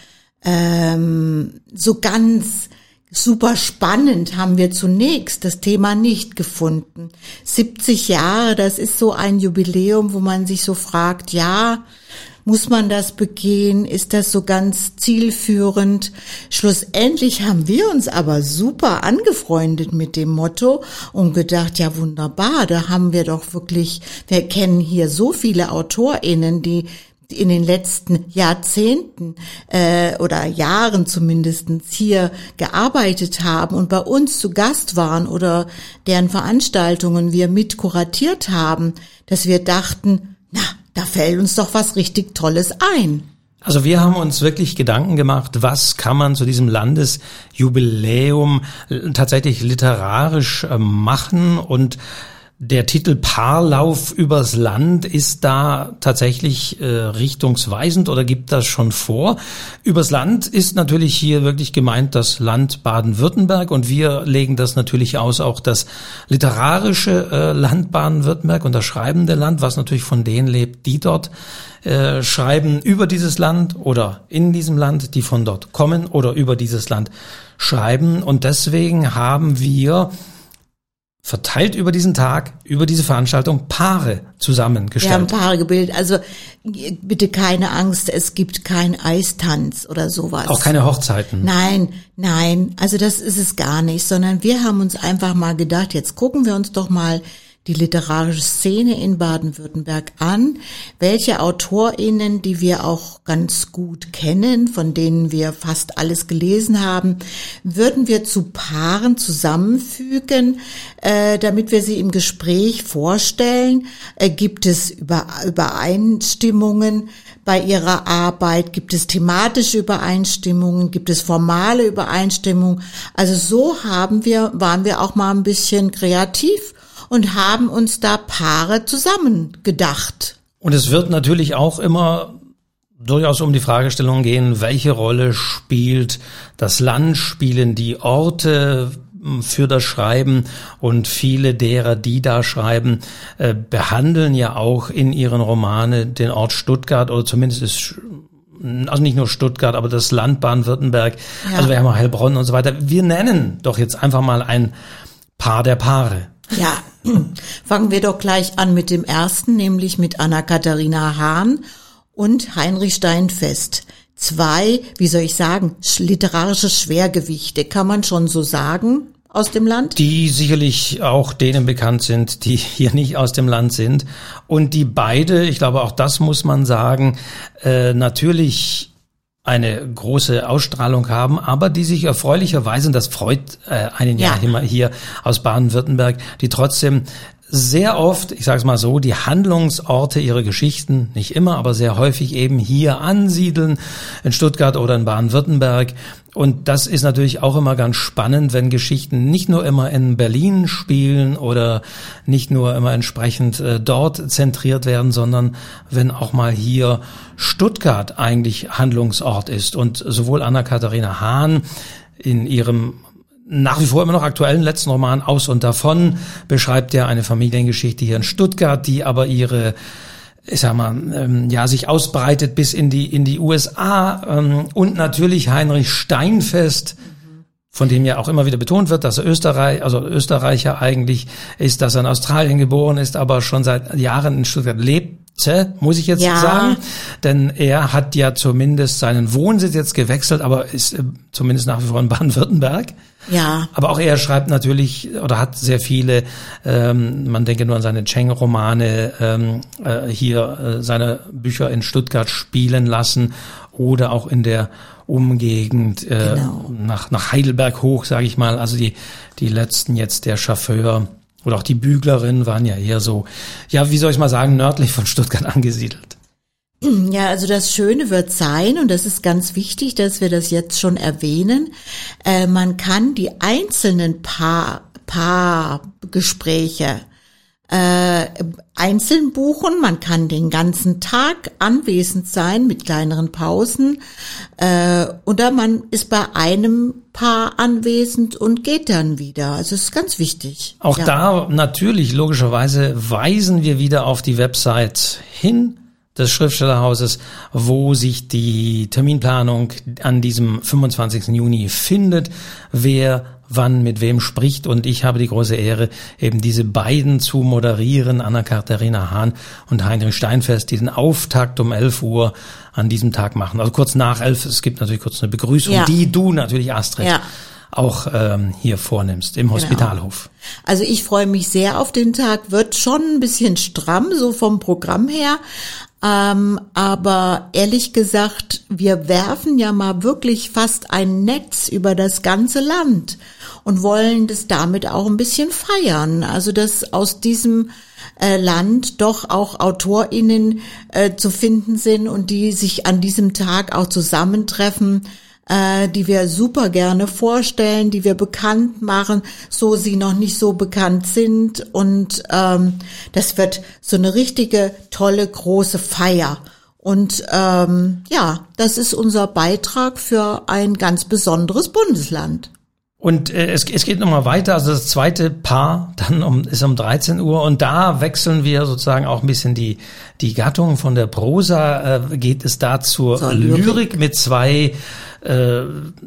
[SPEAKER 2] ähm, so ganz super spannend haben wir zunächst das Thema nicht gefunden. siebzig Jahre, das ist so ein Jubiläum, wo man sich so fragt, ja, muss man das begehen? Ist das so ganz zielführend? Schlussendlich haben wir uns aber super angefreundet mit dem Motto und gedacht, ja wunderbar, da haben wir doch wirklich, wir kennen hier so viele AutorInnen, die in den letzten Jahrzehnten äh, oder Jahren zumindestens hier gearbeitet haben und bei uns zu Gast waren oder deren Veranstaltungen wir mit kuratiert haben, dass wir dachten, na, da fällt uns doch was richtig Tolles ein.
[SPEAKER 1] Also wir haben uns wirklich Gedanken gemacht, was kann man zu diesem Landesjubiläum tatsächlich literarisch machen, und der Titel Paarlauf übers Land ist da tatsächlich äh, richtungsweisend oder gibt das schon vor. Übers Land ist natürlich hier wirklich gemeint das Land Baden-Württemberg, und wir legen das natürlich aus, auch das literarische äh, Land Baden-Württemberg und das schreibende Land, was natürlich von denen lebt, die dort äh, schreiben über dieses Land oder in diesem Land, die von dort kommen oder über dieses Land schreiben. Und deswegen haben wir verteilt über diesen Tag, über diese Veranstaltung Paare zusammengestellt.
[SPEAKER 2] Wir haben Paare gebildet. Also bitte keine Angst, es gibt keinen Eistanz oder sowas.
[SPEAKER 1] Auch keine Hochzeiten.
[SPEAKER 2] Nein, nein, also das ist es gar nicht, sondern wir haben uns einfach mal gedacht, jetzt gucken wir uns doch mal die literarische Szene in Baden-Württemberg an, welche AutorInnen, die wir auch ganz gut kennen, von denen wir fast alles gelesen haben, würden wir zu Paaren zusammenfügen, äh, damit wir sie im Gespräch vorstellen. Äh, gibt es Über- Übereinstimmungen bei ihrer Arbeit? Gibt es thematische Übereinstimmungen? Gibt es formale Übereinstimmungen? Also so haben wir, waren wir auch mal ein bisschen kreativ und haben uns da Paare zusammengedacht.
[SPEAKER 1] Und es wird natürlich auch immer durchaus um die Fragestellung gehen, welche Rolle spielt das Land, spielen die Orte für das Schreiben, und viele derer, die da schreiben, äh, behandeln ja auch in ihren Romanen den Ort Stuttgart, oder zumindest ist, also nicht nur Stuttgart, aber das Land Baden-Württemberg, ja. Also wir haben auch Heilbronn und so weiter. Wir nennen doch jetzt einfach mal ein Paar der Paare.
[SPEAKER 2] Ja, fangen wir doch gleich an mit dem ersten, nämlich mit Anna-Katharina Hahn und Heinrich Steinfest. zwei, wie soll ich sagen, literarische Schwergewichte, kann man schon so sagen, aus dem Land?
[SPEAKER 1] Die sicherlich auch denen bekannt sind, die hier nicht aus dem Land sind. Und die beide, ich glaube, auch das muss man sagen, äh, natürlich eine große Ausstrahlung haben, aber die sich erfreulicherweise, und das freut äh, einen ja immer hier aus Baden-Württemberg, die trotzdem sehr oft, ich sage es mal so, die Handlungsorte ihrer Geschichten, nicht immer, aber sehr häufig eben hier ansiedeln, in Stuttgart oder in Baden-Württemberg. Und das ist natürlich auch immer ganz spannend, wenn Geschichten nicht nur immer in Berlin spielen oder nicht nur immer entsprechend äh, dort zentriert werden, sondern wenn auch mal hier Stuttgart eigentlich Handlungsort ist. Und sowohl Anna-Katharina Hahn in ihrem nach wie vor immer noch aktuellen letzten Roman Aus und Davon beschreibt ja eine Familiengeschichte hier in Stuttgart, die aber ihre, ich sag mal, ähm, ja, sich ausbreitet bis in die in die U S A, ähm, und natürlich Heinrich Steinfest, von dem ja auch immer wieder betont wird, dass er Österreich, also Österreicher eigentlich ist, dass er in Australien geboren ist, aber schon seit Jahren in Stuttgart lebt. Muss ich jetzt ja. sagen, denn er hat ja zumindest seinen Wohnsitz jetzt gewechselt, aber ist äh, zumindest nach wie vor in Baden-Württemberg.
[SPEAKER 2] Ja.
[SPEAKER 1] Aber auch er schreibt natürlich oder hat sehr viele, ähm, man denke nur an seine Cheng-Romane, ähm, äh, hier äh, seine Bücher in Stuttgart spielen lassen oder auch in der Umgegend äh, genau. nach nach Heidelberg hoch, sage ich mal. Also die die letzten jetzt der Chauffeur oder auch die Büglerin waren ja eher so, ja, wie soll ich mal sagen, nördlich von Stuttgart angesiedelt.
[SPEAKER 2] Ja, also das Schöne wird sein, und das ist ganz wichtig, dass wir das jetzt schon erwähnen, äh, man kann die einzelnen Paar, Paargespräche äh, einzeln buchen, man kann den ganzen Tag anwesend sein mit kleineren Pausen, äh, oder man ist bei einem Paar anwesend und geht dann wieder. Also es ist ganz wichtig.
[SPEAKER 1] Auch
[SPEAKER 2] ja.
[SPEAKER 1] da natürlich logischerweise weisen wir wieder auf die Website hin des Schriftstellerhauses, wo sich die Terminplanung an diesem fünfundzwanzigsten Juni findet, wer wann mit wem spricht, und ich habe die große Ehre, eben diese beiden zu moderieren, Anna-Katharina Hahn und Heinrich Steinfest, die den Auftakt um elf Uhr an diesem Tag machen. Also kurz nach elf, es gibt natürlich kurz eine Begrüßung, ja. die du natürlich, Astrid, ja. auch ähm, hier vornimmst, im Hospitalhof.
[SPEAKER 2] Genau. Also ich freue mich sehr auf den Tag, wird schon ein bisschen stramm, so vom Programm her, ähm, aber ehrlich gesagt, wir werfen ja mal wirklich fast ein Netz über das ganze Land und wollen das damit auch ein bisschen feiern, also dass aus diesem äh, Land doch auch AutorInnen äh, zu finden sind und die sich an diesem Tag auch zusammentreffen, äh, die wir super gerne vorstellen, die wir bekannt machen, so sie noch nicht so bekannt sind, und ähm, das wird so eine richtige tolle große Feier. Und ähm, ja, das ist unser Beitrag für ein ganz besonderes Bundesland.
[SPEAKER 1] Und äh, es, es geht nochmal weiter, also das zweite Paar dann um, ist um dreizehn Uhr, und da wechseln wir sozusagen auch ein bisschen die die Gattung. Von der Prosa äh, geht es da zur so, Lyrik. Lyrik mit zwei, äh,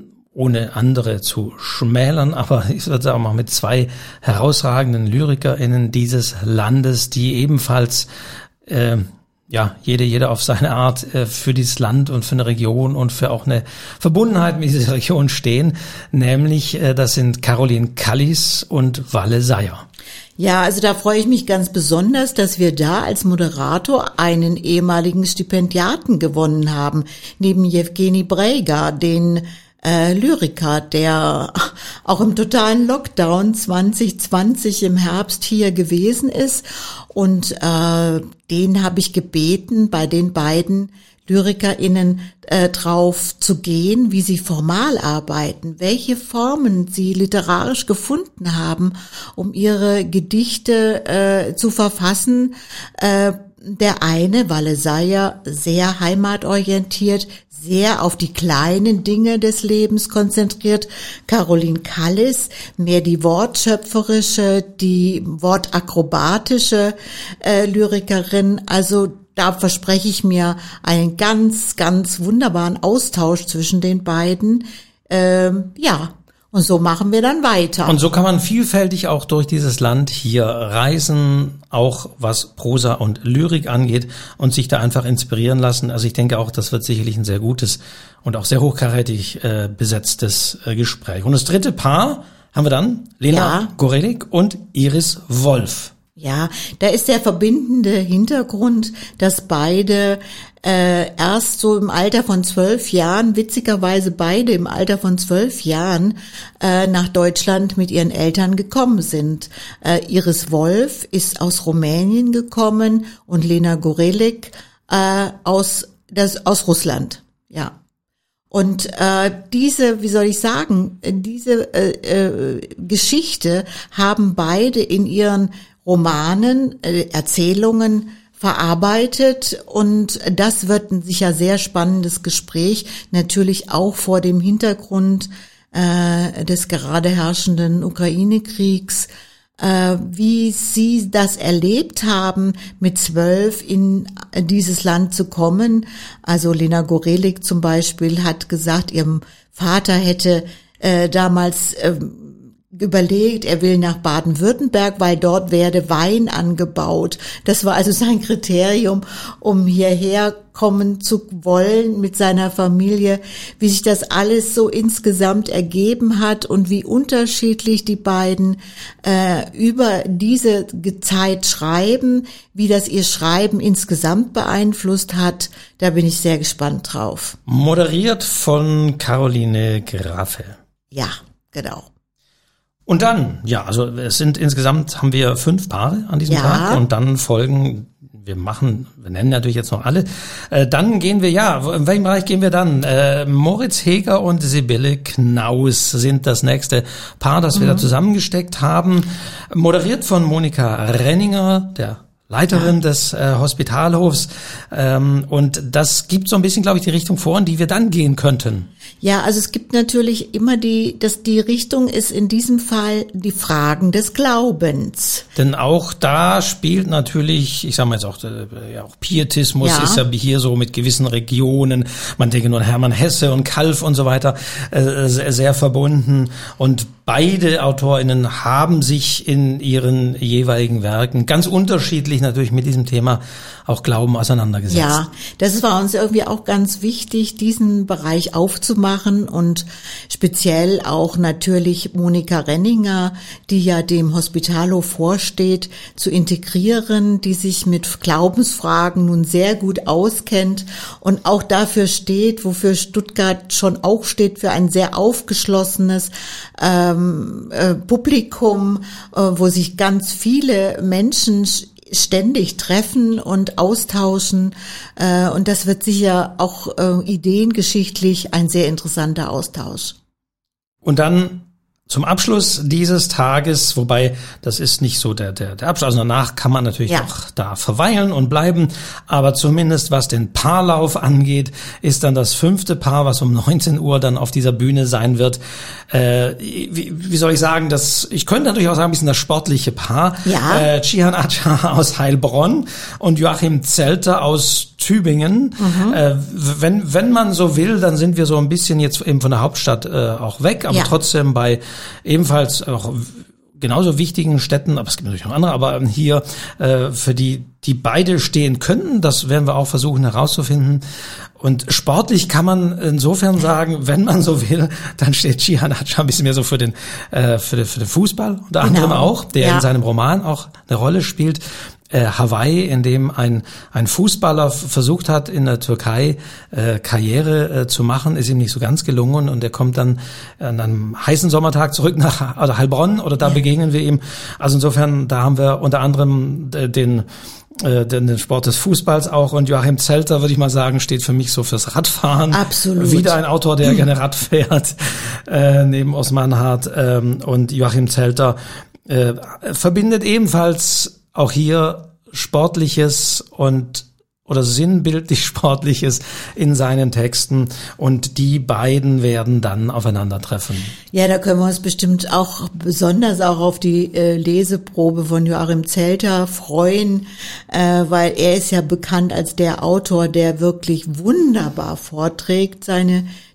[SPEAKER 1] ohne andere zu schmälern, aber ich würde sagen mal mit zwei herausragenden LyrikerInnen dieses Landes, die ebenfalls äh, ja, jede, jede auf seine Art äh, für dieses Land und für eine Region und für auch eine Verbundenheit mit dieser Region stehen. Nämlich, äh, das sind Caroline Kallis und Walle Seyer.
[SPEAKER 2] Ja, also da freue ich mich ganz besonders, dass wir da als Moderator einen ehemaligen Stipendiaten gewonnen haben, neben Jewgeni Brega, den äh, Lyriker, der auch im totalen Lockdown zwanzig zwanzig im Herbst hier gewesen ist. Und äh, den habe ich gebeten, bei den beiden LyrikerInnen äh, drauf zu gehen, wie sie formal arbeiten, welche Formen sie literarisch gefunden haben, um ihre Gedichte äh, zu verfassen. Äh, der eine, Walle Seyer, sehr heimatorientiert, sehr auf die kleinen Dinge des Lebens konzentriert. Caroline Kallis, mehr die wortschöpferische, die wortakrobatische äh, Lyrikerin. Also da verspreche ich mir einen ganz, ganz wunderbaren Austausch zwischen den beiden. Ähm, ja, Und so machen wir dann weiter.
[SPEAKER 1] Und so kann man vielfältig auch durch dieses Land hier reisen, auch was Prosa und Lyrik angeht und sich da einfach inspirieren lassen. Also ich denke auch, das wird sicherlich ein sehr gutes und auch sehr hochkarätig äh, besetztes äh, Gespräch. Und das dritte Paar haben wir dann Lena
[SPEAKER 2] Ja.
[SPEAKER 1] Gorelik und Iris Wolf.
[SPEAKER 2] Ja, da ist der verbindende Hintergrund, dass beide äh, erst so im Alter von zwölf Jahren, witzigerweise beide im Alter von zwölf Jahren, äh, nach Deutschland mit ihren Eltern gekommen sind. Äh, Iris Wolf ist aus Rumänien gekommen und Lena Gorelik äh, aus, das, aus Russland, ja. Und äh, diese, wie soll ich sagen, diese äh, äh, Geschichte haben beide in ihren Romanen, äh, Erzählungen verarbeitet und das wird ein sicher sehr spannendes Gespräch, natürlich auch vor dem Hintergrund äh, des gerade herrschenden Ukraine-Kriegs, äh, wie Sie das erlebt haben, mit zwölf in dieses Land zu kommen. Also Lena Gorelik zum Beispiel hat gesagt, ihrem Vater hätte äh, damals äh, überlegt, er will nach Baden-Württemberg, weil dort werde Wein angebaut. Das war also sein Kriterium, um hierher kommen zu wollen mit seiner Familie, wie sich das alles so insgesamt ergeben hat und wie unterschiedlich die beiden äh, über diese Zeit schreiben, wie das ihr Schreiben insgesamt beeinflusst hat. Da bin ich sehr gespannt drauf.
[SPEAKER 1] Moderiert von Caroline Graffe.
[SPEAKER 2] Ja, genau.
[SPEAKER 1] Und dann, ja, also es sind insgesamt, haben wir fünf Paare an diesem
[SPEAKER 2] Ja.
[SPEAKER 1] Tag und dann folgen, wir machen, wir nennen natürlich jetzt noch alle, äh, dann gehen wir, ja, in welchem Bereich gehen wir dann? Äh, Moritz Heger und Sibylle Knaus sind das nächste Paar, das wir
[SPEAKER 2] Mhm.
[SPEAKER 1] da zusammengesteckt haben, moderiert von Monika Renninger, der Leiterin ja. des äh, Hospitalhofs, ähm, und das gibt so ein bisschen, glaube ich, die Richtung vor, in die wir dann gehen könnten.
[SPEAKER 2] Ja, also es gibt natürlich immer die, dass die Richtung ist in diesem Fall die Fragen des Glaubens.
[SPEAKER 1] Denn auch da spielt natürlich, ich sage mal jetzt auch, äh, ja, auch Pietismus
[SPEAKER 2] Ja.
[SPEAKER 1] ist ja hier so mit gewissen Regionen, man denke nur an Hermann Hesse und Kalf und so weiter, äh, sehr, sehr verbunden. Und beide AutorInnen haben sich in ihren jeweiligen Werken ganz unterschiedlich natürlich mit diesem Thema auch Glauben auseinandergesetzt.
[SPEAKER 2] Ja, das war uns irgendwie auch ganz wichtig, diesen Bereich aufzumachen und speziell auch natürlich Monika Renninger, die ja dem Hospitalhof vorsteht, zu integrieren, die sich mit Glaubensfragen nun sehr gut auskennt und auch dafür steht, wofür Stuttgart schon auch steht, für ein sehr aufgeschlossenes ähm, äh, Publikum, äh, wo sich ganz viele Menschen ständig treffen und austauschen, äh, und das wird sicher auch äh, ideengeschichtlich ein sehr interessanter Austausch.
[SPEAKER 1] Und dann zum Abschluss dieses Tages, wobei das ist nicht so der der der Abschluss, also danach kann man natürlich
[SPEAKER 2] Ja.
[SPEAKER 1] auch da verweilen und bleiben, aber zumindest was den Paarlauf angeht, ist dann das fünfte Paar, was um neunzehn Uhr dann auf dieser Bühne sein wird. Äh, wie, wie soll ich sagen, das ich könnte natürlich auch sagen, ein bisschen das sportliche Paar.
[SPEAKER 2] Ja.
[SPEAKER 1] Äh, Cihan Acar aus Heilbronn und Joachim Zelter aus Tübingen.
[SPEAKER 2] Mhm.
[SPEAKER 1] Äh, wenn wenn man so will, dann sind wir so ein bisschen jetzt eben von der Hauptstadt äh, auch weg, aber
[SPEAKER 2] Ja.
[SPEAKER 1] trotzdem bei ebenfalls auch genauso wichtigen Städten, aber es gibt natürlich noch andere, aber hier äh, für die, die beide stehen könnten, das werden wir auch versuchen herauszufinden. Und sportlich kann man insofern sagen, wenn man so will, dann steht Cihan Acar ein bisschen mehr so für den, äh, für den, für den Fußball, unter
[SPEAKER 2] Genau.
[SPEAKER 1] anderem auch, der
[SPEAKER 2] Ja.
[SPEAKER 1] in seinem Roman auch eine Rolle spielt. Äh, Hawaii, in dem ein ein Fußballer f- versucht hat, in der Türkei äh, Karriere äh, zu machen, ist ihm nicht so ganz gelungen und er kommt dann an einem heißen Sommertag zurück nach also Heilbronn oder da begegnen wir ihm. Also insofern, da haben wir unter anderem äh, den äh, den, den Sport des Fußballs auch und Joachim Zelter, würde ich mal sagen, steht für mich so fürs Radfahren.
[SPEAKER 2] Absolut.
[SPEAKER 1] Wieder ein Autor, der gerne Rad fährt, äh, neben Osman Hart, ähm, und Joachim Zelter äh, verbindet ebenfalls auch hier Sportliches und oder sinnbildlich Sportliches in seinen Texten und die beiden werden dann aufeinandertreffen.
[SPEAKER 2] Ja, da können wir uns bestimmt auch besonders auch auf die äh, Leseprobe von Joachim Zelter freuen, äh, weil er ist ja bekannt als der Autor, der wirklich wunderbar vorträgt, seine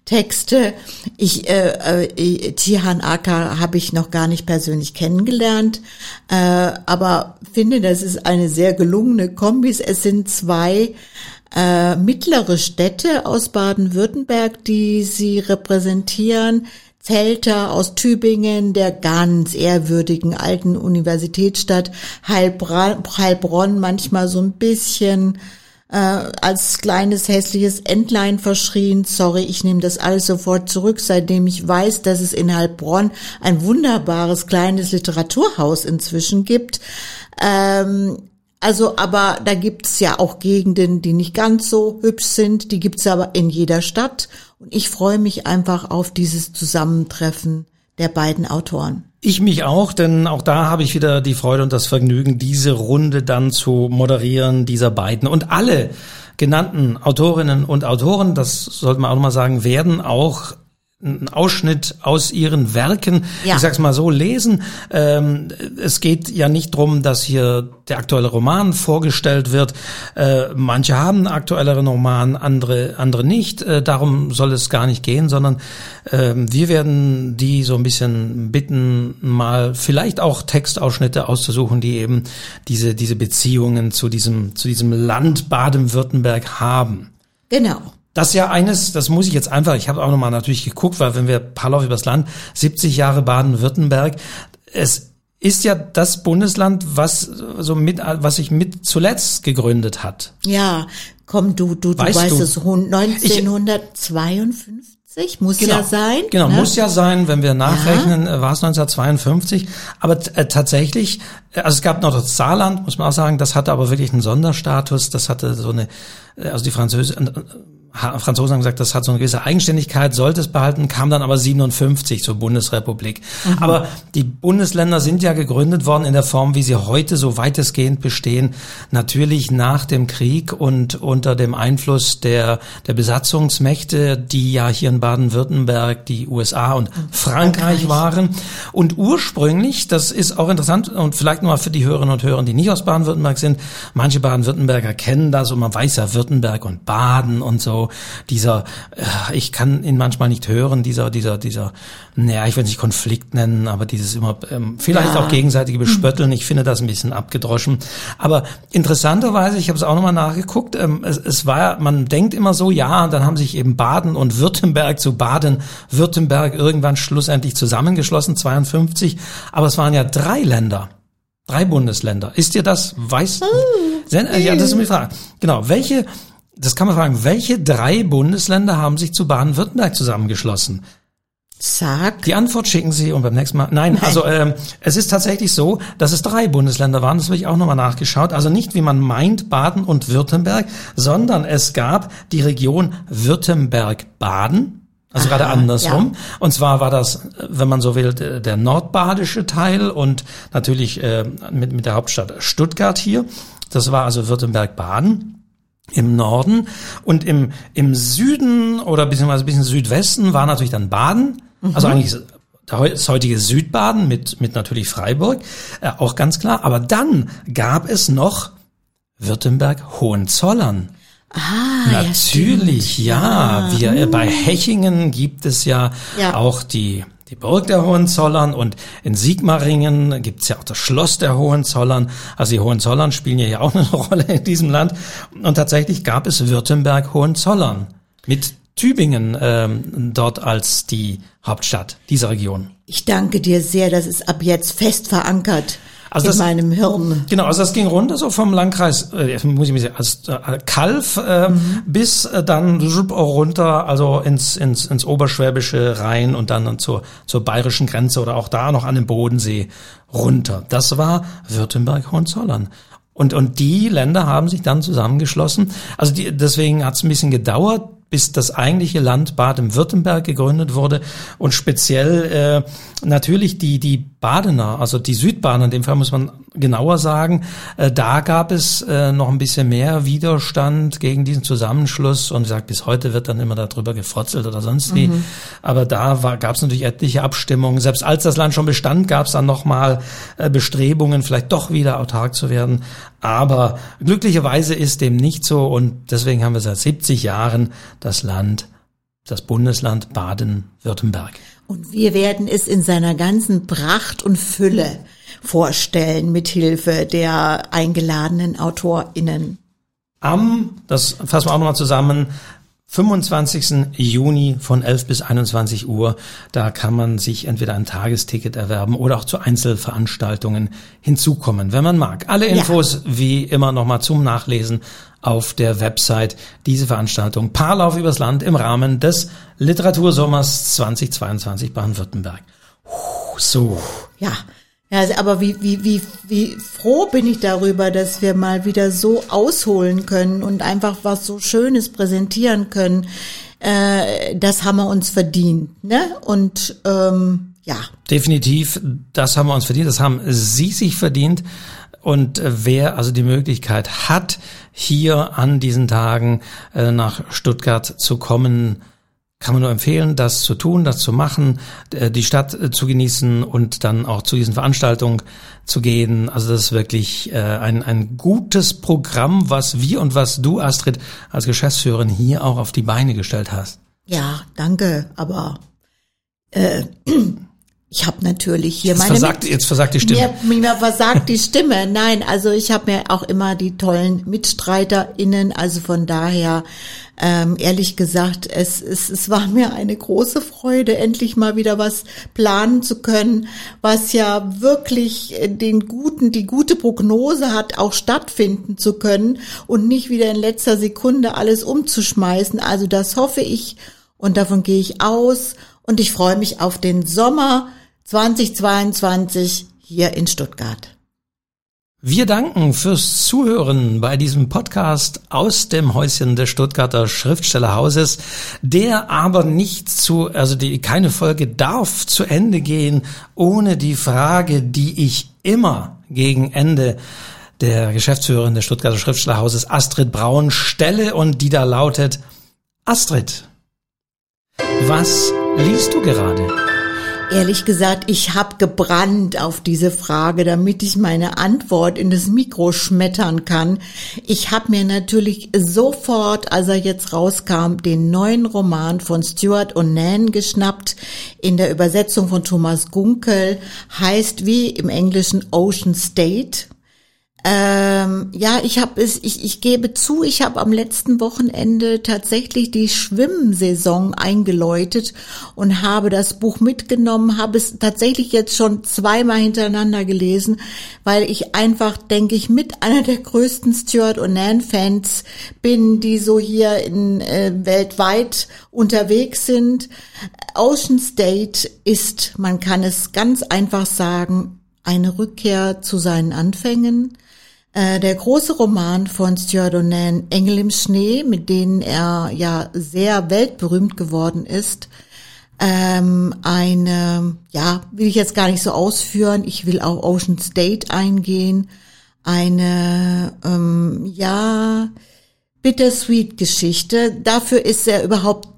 [SPEAKER 2] Texte. Ich äh, äh, Cihan Akar habe ich noch gar nicht persönlich kennengelernt, äh, aber finde, das ist eine sehr gelungene Kombi. Es sind zwei äh, mittlere Städte aus Baden-Württemberg, die sie repräsentieren. Zelter aus Tübingen, der ganz ehrwürdigen alten Universitätsstadt, Heilbronn, Heilbronn manchmal so ein bisschen äh, als kleines hässliches Entlein verschrien. Sorry, ich nehme das alles sofort zurück, seitdem ich weiß, dass es in Heilbronn ein wunderbares kleines Literaturhaus inzwischen gibt. Ähm, Also, aber da gibt's ja auch Gegenden, die nicht ganz so hübsch sind. Die gibt's aber in jeder Stadt. Und ich freue mich einfach auf dieses Zusammentreffen der beiden Autoren.
[SPEAKER 1] Ich mich auch, denn auch da habe ich wieder die Freude und das Vergnügen, diese Runde dann zu moderieren, dieser beiden. Und alle genannten Autorinnen und Autoren, das sollte man auch nochmal sagen, werden auch einen Ausschnitt aus ihren Werken, ja. ich sag's mal so, lesen. Ähm, es geht ja nicht drum, dass hier der aktuelle Roman vorgestellt wird. Äh, manche haben einen aktuelleren Roman, andere andere nicht. Äh, darum soll es gar nicht gehen, sondern äh, wir werden die so ein bisschen bitten, mal vielleicht auch Textausschnitte auszusuchen, die eben diese diese Beziehungen zu diesem zu diesem Land Baden-Württemberg haben.
[SPEAKER 2] Genau.
[SPEAKER 1] Das ist ja eines, das muss ich jetzt einfach, ich habe auch nochmal natürlich geguckt, weil wenn wir Paarlauf übers Land, siebzig Jahre Baden-Württemberg, es ist ja das Bundesland, was so mit, was sich mit zuletzt gegründet hat.
[SPEAKER 2] Ja, komm, du, du, du weißt, weißt du? Es, neunzehnhundertzweiundfünfzig muss
[SPEAKER 1] genau,
[SPEAKER 2] ja sein.
[SPEAKER 1] Genau,
[SPEAKER 2] ne?
[SPEAKER 1] muss ja sein, wenn wir nachrechnen, ja. war es neunzehnhundertzweiundfünfzig. Aber äh, tatsächlich, also es gab noch das Saarland, muss man auch sagen, das hatte aber wirklich einen Sonderstatus, das hatte so eine, also die Französischen, Franzosen haben gesagt, das hat so eine gewisse Eigenständigkeit, sollte es behalten, kam dann aber siebenundfünfzig zur Bundesrepublik. Mhm. Aber die Bundesländer sind ja gegründet worden in der Form, wie sie heute so weitestgehend bestehen, natürlich nach dem Krieg und unter dem Einfluss der der Besatzungsmächte, die ja hier in Baden-Württemberg die U S A und Frankreich, Frankreich waren. Und ursprünglich, das ist auch interessant und vielleicht nochmal für die Hörerinnen und Hörer, die nicht aus Baden-Württemberg sind, manche Baden-Württemberger kennen das und man weiß ja Württemberg und Baden und so. Dieser, ich kann ihn manchmal nicht hören, dieser, dieser, dieser, naja, ich will es nicht Konflikt nennen, aber dieses immer, ähm, vielleicht ja. auch gegenseitige Bespötteln, ich finde das ein bisschen abgedroschen. Aber interessanterweise, ich habe es auch nochmal nachgeguckt, ähm, es, es war, man denkt immer so, ja, und dann haben sich eben Baden und Württemberg zu Baden-Württemberg irgendwann schlussendlich zusammengeschlossen, zweiundfünfzig, aber es waren ja drei Länder. Drei Bundesländer. Ist dir das, weißt du? Oh, ja, das ist die Frage. Genau, welche, das kann man fragen, welche drei Bundesländer haben sich zu Baden-Württemberg zusammengeschlossen?
[SPEAKER 2] Sag.
[SPEAKER 1] Die Antwort schicken Sie und beim nächsten Mal. Nein, Nein. also ähm, es ist tatsächlich so, dass es drei Bundesländer waren. Das habe ich auch nochmal nachgeschaut. Also nicht, wie man meint, Baden und Württemberg, sondern es gab die Region Württemberg-Baden. Also Aha, gerade andersrum. Ja. Und zwar war das, wenn man so will, der nordbadische Teil und natürlich äh, mit, mit der Hauptstadt Stuttgart hier. Das war also Württemberg-Baden im Norden. Und im, im Süden oder beziehungsweise ein bisschen Südwesten war natürlich dann Baden. Mhm. Also eigentlich das heutige Südbaden mit, mit natürlich Freiburg, äh, auch ganz klar. Aber dann gab es noch Württemberg-Hohenzollern.
[SPEAKER 2] Ah,
[SPEAKER 1] natürlich, ja. ja. Wir äh, bei Hechingen gibt es ja, ja. auch die die Burg der Hohenzollern und in Sigmaringen gibt's ja auch das Schloss der Hohenzollern. Also die Hohenzollern spielen ja hier auch eine Rolle in diesem Land. Und tatsächlich gab es Württemberg-Hohenzollern mit Tübingen ähm, dort als die Hauptstadt dieser Region.
[SPEAKER 2] Ich danke dir sehr, das ist ab jetzt fest verankert. Also in
[SPEAKER 1] das,
[SPEAKER 2] meinem Hirn.
[SPEAKER 1] Genau, also das ging runter so vom Landkreis, äh, muss ich mir sagen, als äh, Kalf äh, mhm. bis äh, dann runter, also ins ins ins Oberschwäbische rein und dann zur zur bayerischen Grenze oder auch da noch an den Bodensee runter. Das war Württemberg-Hohenzollern. Und und die Länder haben sich dann zusammengeschlossen. Also die, deswegen hat es ein bisschen gedauert, bis das eigentliche Land Baden-Württemberg gegründet wurde und speziell äh, natürlich die die Badener, also die Südbadener, in dem Fall muss man genauer sagen, äh, da gab es äh, noch ein bisschen mehr Widerstand gegen diesen Zusammenschluss und ich sag, bis heute wird dann immer darüber gefrotzelt oder sonst wie, mhm. aber da gab es natürlich etliche Abstimmungen. Selbst als das Land schon bestand, gab es dann nochmal äh, Bestrebungen, vielleicht doch wieder autark zu werden, aber glücklicherweise ist dem nicht so und deswegen haben wir seit siebzig Jahren das Land das Bundesland Baden-Württemberg.
[SPEAKER 2] Und wir werden es in seiner ganzen Pracht und Fülle vorstellen, mit Hilfe der eingeladenen AutorInnen.
[SPEAKER 1] Am, das fassen wir auch nochmal zusammen, fünfundzwanzigsten Juni von elf bis einundzwanzig Uhr, da kann man sich entweder ein Tagesticket erwerben oder auch zu Einzelveranstaltungen hinzukommen, wenn man mag. Alle Infos ja. wie immer nochmal zum Nachlesen auf der Website. Diese Veranstaltung Paarlauf übers Land im Rahmen des Literatursommers zweitausendzweiundzwanzig Baden-Württemberg. So.
[SPEAKER 2] Ja. Ja, aber wie, wie, wie, wie froh bin ich darüber, dass wir mal wieder so ausholen können und einfach was so Schönes präsentieren können. Äh, das haben wir uns verdient, ne? Und ähm, ja.
[SPEAKER 1] Definitiv, das haben wir uns verdient. Das haben Sie sich verdient. Und wer also die Möglichkeit hat, hier an diesen Tagen äh, nach Stuttgart zu kommen, kann man nur empfehlen, das zu tun, das zu machen, die Stadt zu genießen und dann auch zu diesen Veranstaltungen zu gehen. Also das ist wirklich äh, ein, ein gutes Programm, was wir und was du, Astrid, als Geschäftsführerin hier auch auf die Beine gestellt hast.
[SPEAKER 2] Ja, danke, aber äh, ich habe natürlich hier
[SPEAKER 1] jetzt
[SPEAKER 2] meine...
[SPEAKER 1] Versagt,
[SPEAKER 2] Mit-
[SPEAKER 1] jetzt versagt die Stimme.
[SPEAKER 2] Mir, mir versagt die Stimme. Nein, also ich habe mir auch immer die tollen MitstreiterInnen, also von daher... Ähm, ehrlich gesagt, es, es, es war mir eine große Freude, endlich mal wieder was planen zu können, was ja wirklich den guten, die gute Prognose hat, auch stattfinden zu können und nicht wieder in letzter Sekunde alles umzuschmeißen. Also das hoffe ich und davon gehe ich aus und ich freue mich auf den Sommer zweitausendzweiundzwanzig hier in Stuttgart.
[SPEAKER 1] Wir danken fürs Zuhören bei diesem Podcast aus dem Häuschen des Stuttgarter Schriftstellerhauses, der aber nicht zu, also die, keine Folge darf zu Ende gehen, ohne die Frage, die ich immer gegen Ende der Geschäftsführerin des Stuttgarter Schriftstellerhauses Astrid Braun stelle und die da lautet: Astrid, was liest du gerade?
[SPEAKER 2] Ehrlich gesagt, ich habe gebrannt auf diese Frage, damit ich meine Antwort in das Mikro schmettern kann. Ich habe mir natürlich sofort, als er jetzt rauskam, den neuen Roman von Stuart O'Nan geschnappt. In der Übersetzung von Thomas Gunkel, heißt wie im Englischen Ocean State. Ähm, ja, ich habe es, ich, ich gebe zu, ich habe am letzten Wochenende tatsächlich die Schwimmsaison eingeläutet und habe das Buch mitgenommen, habe es tatsächlich jetzt schon zweimal hintereinander gelesen, weil ich einfach, denke ich, mit einer der größten Stuart O'Nan-Fans bin, die so hier in äh, weltweit unterwegs sind. Ocean State ist, man kann es ganz einfach sagen, eine Rückkehr zu seinen Anfängen. Der große Roman von Stuart O'Nan, Engel im Schnee, mit denen er ja sehr weltberühmt geworden ist. Ähm, eine, ja, will ich jetzt gar nicht so ausführen. Ich will auch Ocean State eingehen. Eine, ähm, ja, bittersweet Geschichte. Dafür ist er überhaupt,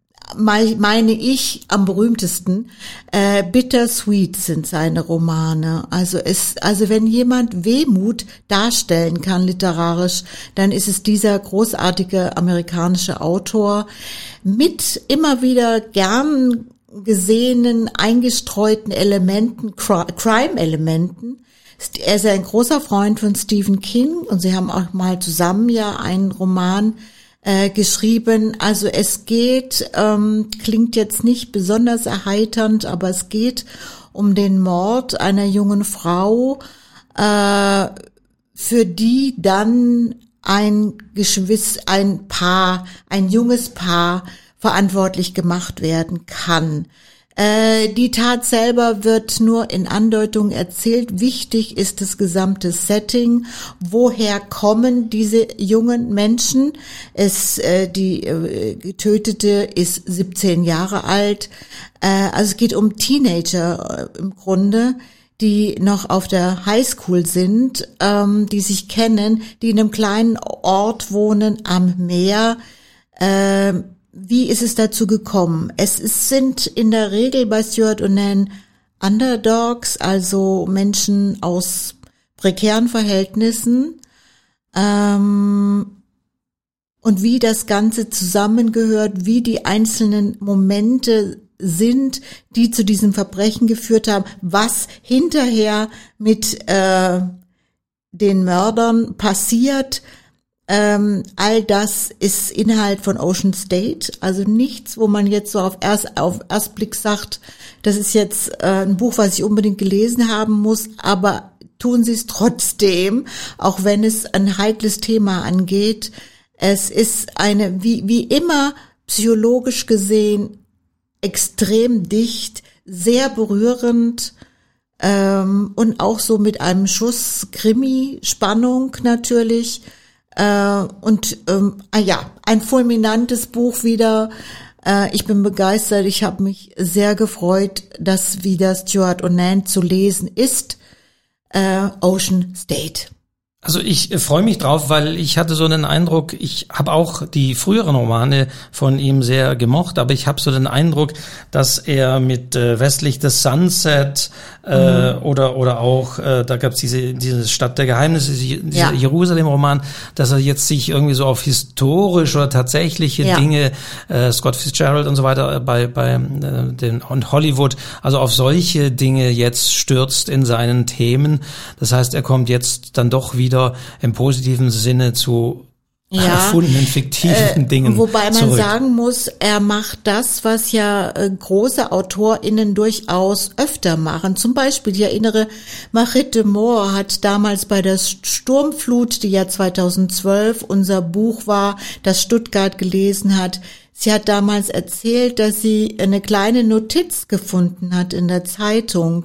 [SPEAKER 2] meine ich, am berühmtesten. Äh, bittersweet sind seine Romane. Also es, also wenn jemand Wehmut darstellen kann literarisch, dann ist es dieser großartige amerikanische Autor mit immer wieder gern gesehenen, eingestreuten Elementen, Crime-Elementen. Er ist ein großer Freund von Stephen King und sie haben auch mal zusammen ja einen Roman Äh, geschrieben. Also es geht, ähm, klingt jetzt nicht besonders erheiternd, aber es geht um den Mord einer jungen Frau, äh, für die dann ein Geschwister, ein Paar, ein junges Paar verantwortlich gemacht werden kann. Äh, die Tat selber wird nur in Andeutung erzählt. Wichtig ist das gesamte Setting. Woher kommen diese jungen Menschen? Es, äh, die äh, Getötete ist siebzehn Jahre alt. Äh, also es geht um Teenager äh, im Grunde, die noch auf der Highschool sind, ähm, die sich kennen, die in einem kleinen Ort wohnen am Meer. Äh, Wie ist es dazu gekommen? Es sind in der Regel bei Stuart O'Nan Underdogs, also Menschen aus prekären Verhältnissen. Ähm, und wie das Ganze zusammengehört, wie die einzelnen Momente sind, die zu diesem Verbrechen geführt haben, was hinterher mit äh, den Mördern passiert. Ähm, all das ist Inhalt von Ocean State, also nichts, wo man jetzt so auf erst auf Erstblick sagt, das ist jetzt äh, ein Buch, was ich unbedingt gelesen haben muss, aber tun Sie es trotzdem, auch wenn es ein heikles Thema angeht. Es ist eine, wie wie immer, psychologisch gesehen extrem dicht, sehr berührend ähm, und auch so mit einem Schuss Krimi-Spannung natürlich. Äh, und ähm, ah ja, ein fulminantes Buch wieder. Äh, ich bin begeistert. Ich habe mich sehr gefreut, dass wieder Stuart O'Nan zu lesen ist. Äh, Ocean State.
[SPEAKER 1] Also ich freue mich drauf, weil ich hatte so den Eindruck, ich habe auch die früheren Romane von ihm sehr gemocht, aber ich habe so den Eindruck, dass er mit äh, Westlich des Sunset äh, mhm. oder oder auch, äh, da gab es diese diese Stadt der Geheimnisse, dieser ja. Jerusalem-Roman, dass er jetzt sich irgendwie so auf historisch oder tatsächliche ja. Dinge, äh, Scott Fitzgerald und so weiter bei bei äh, den und Hollywood, also auf solche Dinge jetzt stürzt in seinen Themen. Das heißt, er kommt jetzt dann doch wieder wieder im positiven Sinne zu ja, erfundenen, fiktiven äh, Dingen
[SPEAKER 2] wobei man
[SPEAKER 1] zurück.
[SPEAKER 2] sagen muss, er macht das, was ja äh, große AutorInnen durchaus öfter machen. Zum Beispiel, ich erinnere, Mariette Moore hat damals bei der Sturmflut, die ja zweitausendzwölf unser Buch war, das Stuttgart gelesen hat, sie hat damals erzählt, dass sie eine kleine Notiz gefunden hat in der Zeitung.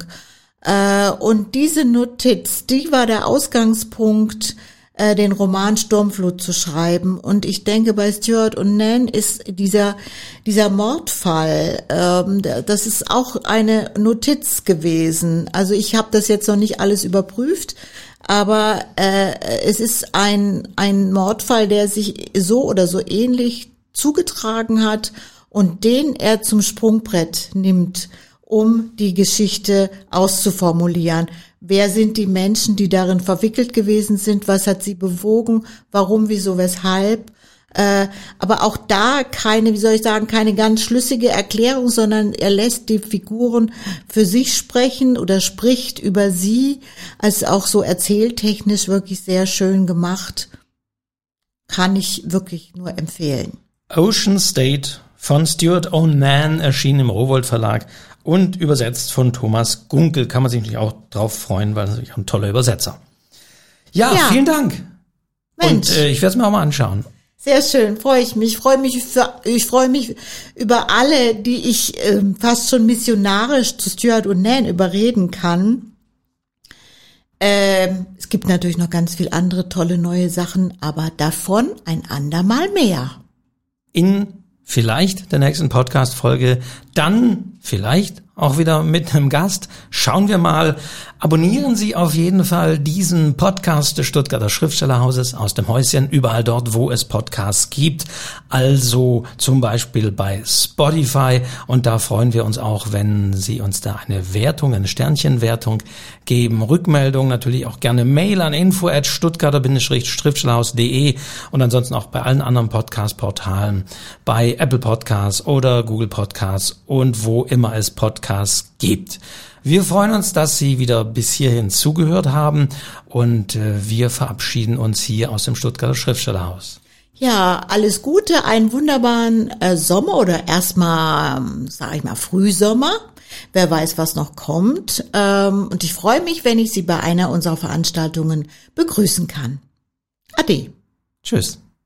[SPEAKER 2] Und diese Notiz, die war der Ausgangspunkt, den Roman Sturmflut zu schreiben. Und ich denke, bei Stuart O'Nan ist dieser dieser Mordfall, das ist auch eine Notiz gewesen. Also ich habe das jetzt noch nicht alles überprüft, aber es ist ein ein Mordfall, der sich so oder so ähnlich zugetragen hat und den er zum Sprungbrett nimmt, um die Geschichte auszuformulieren. Wer sind die Menschen, die darin verwickelt gewesen sind? Was hat sie bewogen? Warum, wieso, weshalb? Äh, aber auch da keine, wie soll ich sagen, keine ganz schlüssige Erklärung, sondern er lässt die Figuren für sich sprechen oder spricht über sie, als auch so erzähltechnisch wirklich sehr schön gemacht. Kann ich wirklich nur empfehlen.
[SPEAKER 1] Ocean State von Stuart O'Nan erschienen im Rowohlt Verlag und übersetzt von Thomas Gunkel. Kann man sich natürlich auch drauf freuen, weil er natürlich ein toller Übersetzer. Ja, ja. Vielen Dank. Mensch. Und äh, ich werde es mir auch mal anschauen.
[SPEAKER 2] Sehr schön, freue ich mich. Ich freue mich für, ich freue mich über alle, die ich äh, fast schon missionarisch zu Stuart O'Nan überreden kann. Ähm, es gibt natürlich noch ganz viel andere tolle neue Sachen, aber davon ein andermal mehr.
[SPEAKER 1] In vielleicht der nächsten Podcast-Folge, dann vielleicht auch wieder mit einem Gast. Schauen wir mal. Abonnieren Sie auf jeden Fall diesen Podcast des Stuttgarter Schriftstellerhauses aus dem Häuschen, überall dort, wo es Podcasts gibt. Also zum Beispiel bei Spotify. Und da freuen wir uns auch, wenn Sie uns da eine Wertung, eine Sternchenwertung geben. Rückmeldung natürlich auch gerne Mail an info at stuttgarter schriftstellerhaus punkt de und ansonsten auch bei allen anderen Podcast-Portalen, bei Apple Podcasts oder Google Podcasts und wo immer es Podcasts gibt. Wir freuen uns, dass Sie wieder bis hierhin zugehört haben und äh, wir verabschieden uns hier aus dem Stuttgarter Schriftstellerhaus.
[SPEAKER 2] Ja, alles Gute, einen wunderbaren äh, Sommer oder erstmal, ähm, sage ich mal, Frühsommer. Wer weiß, was noch kommt. Ähm, und ich freue mich, wenn ich Sie bei einer unserer Veranstaltungen begrüßen kann. Ade.
[SPEAKER 1] Tschüss.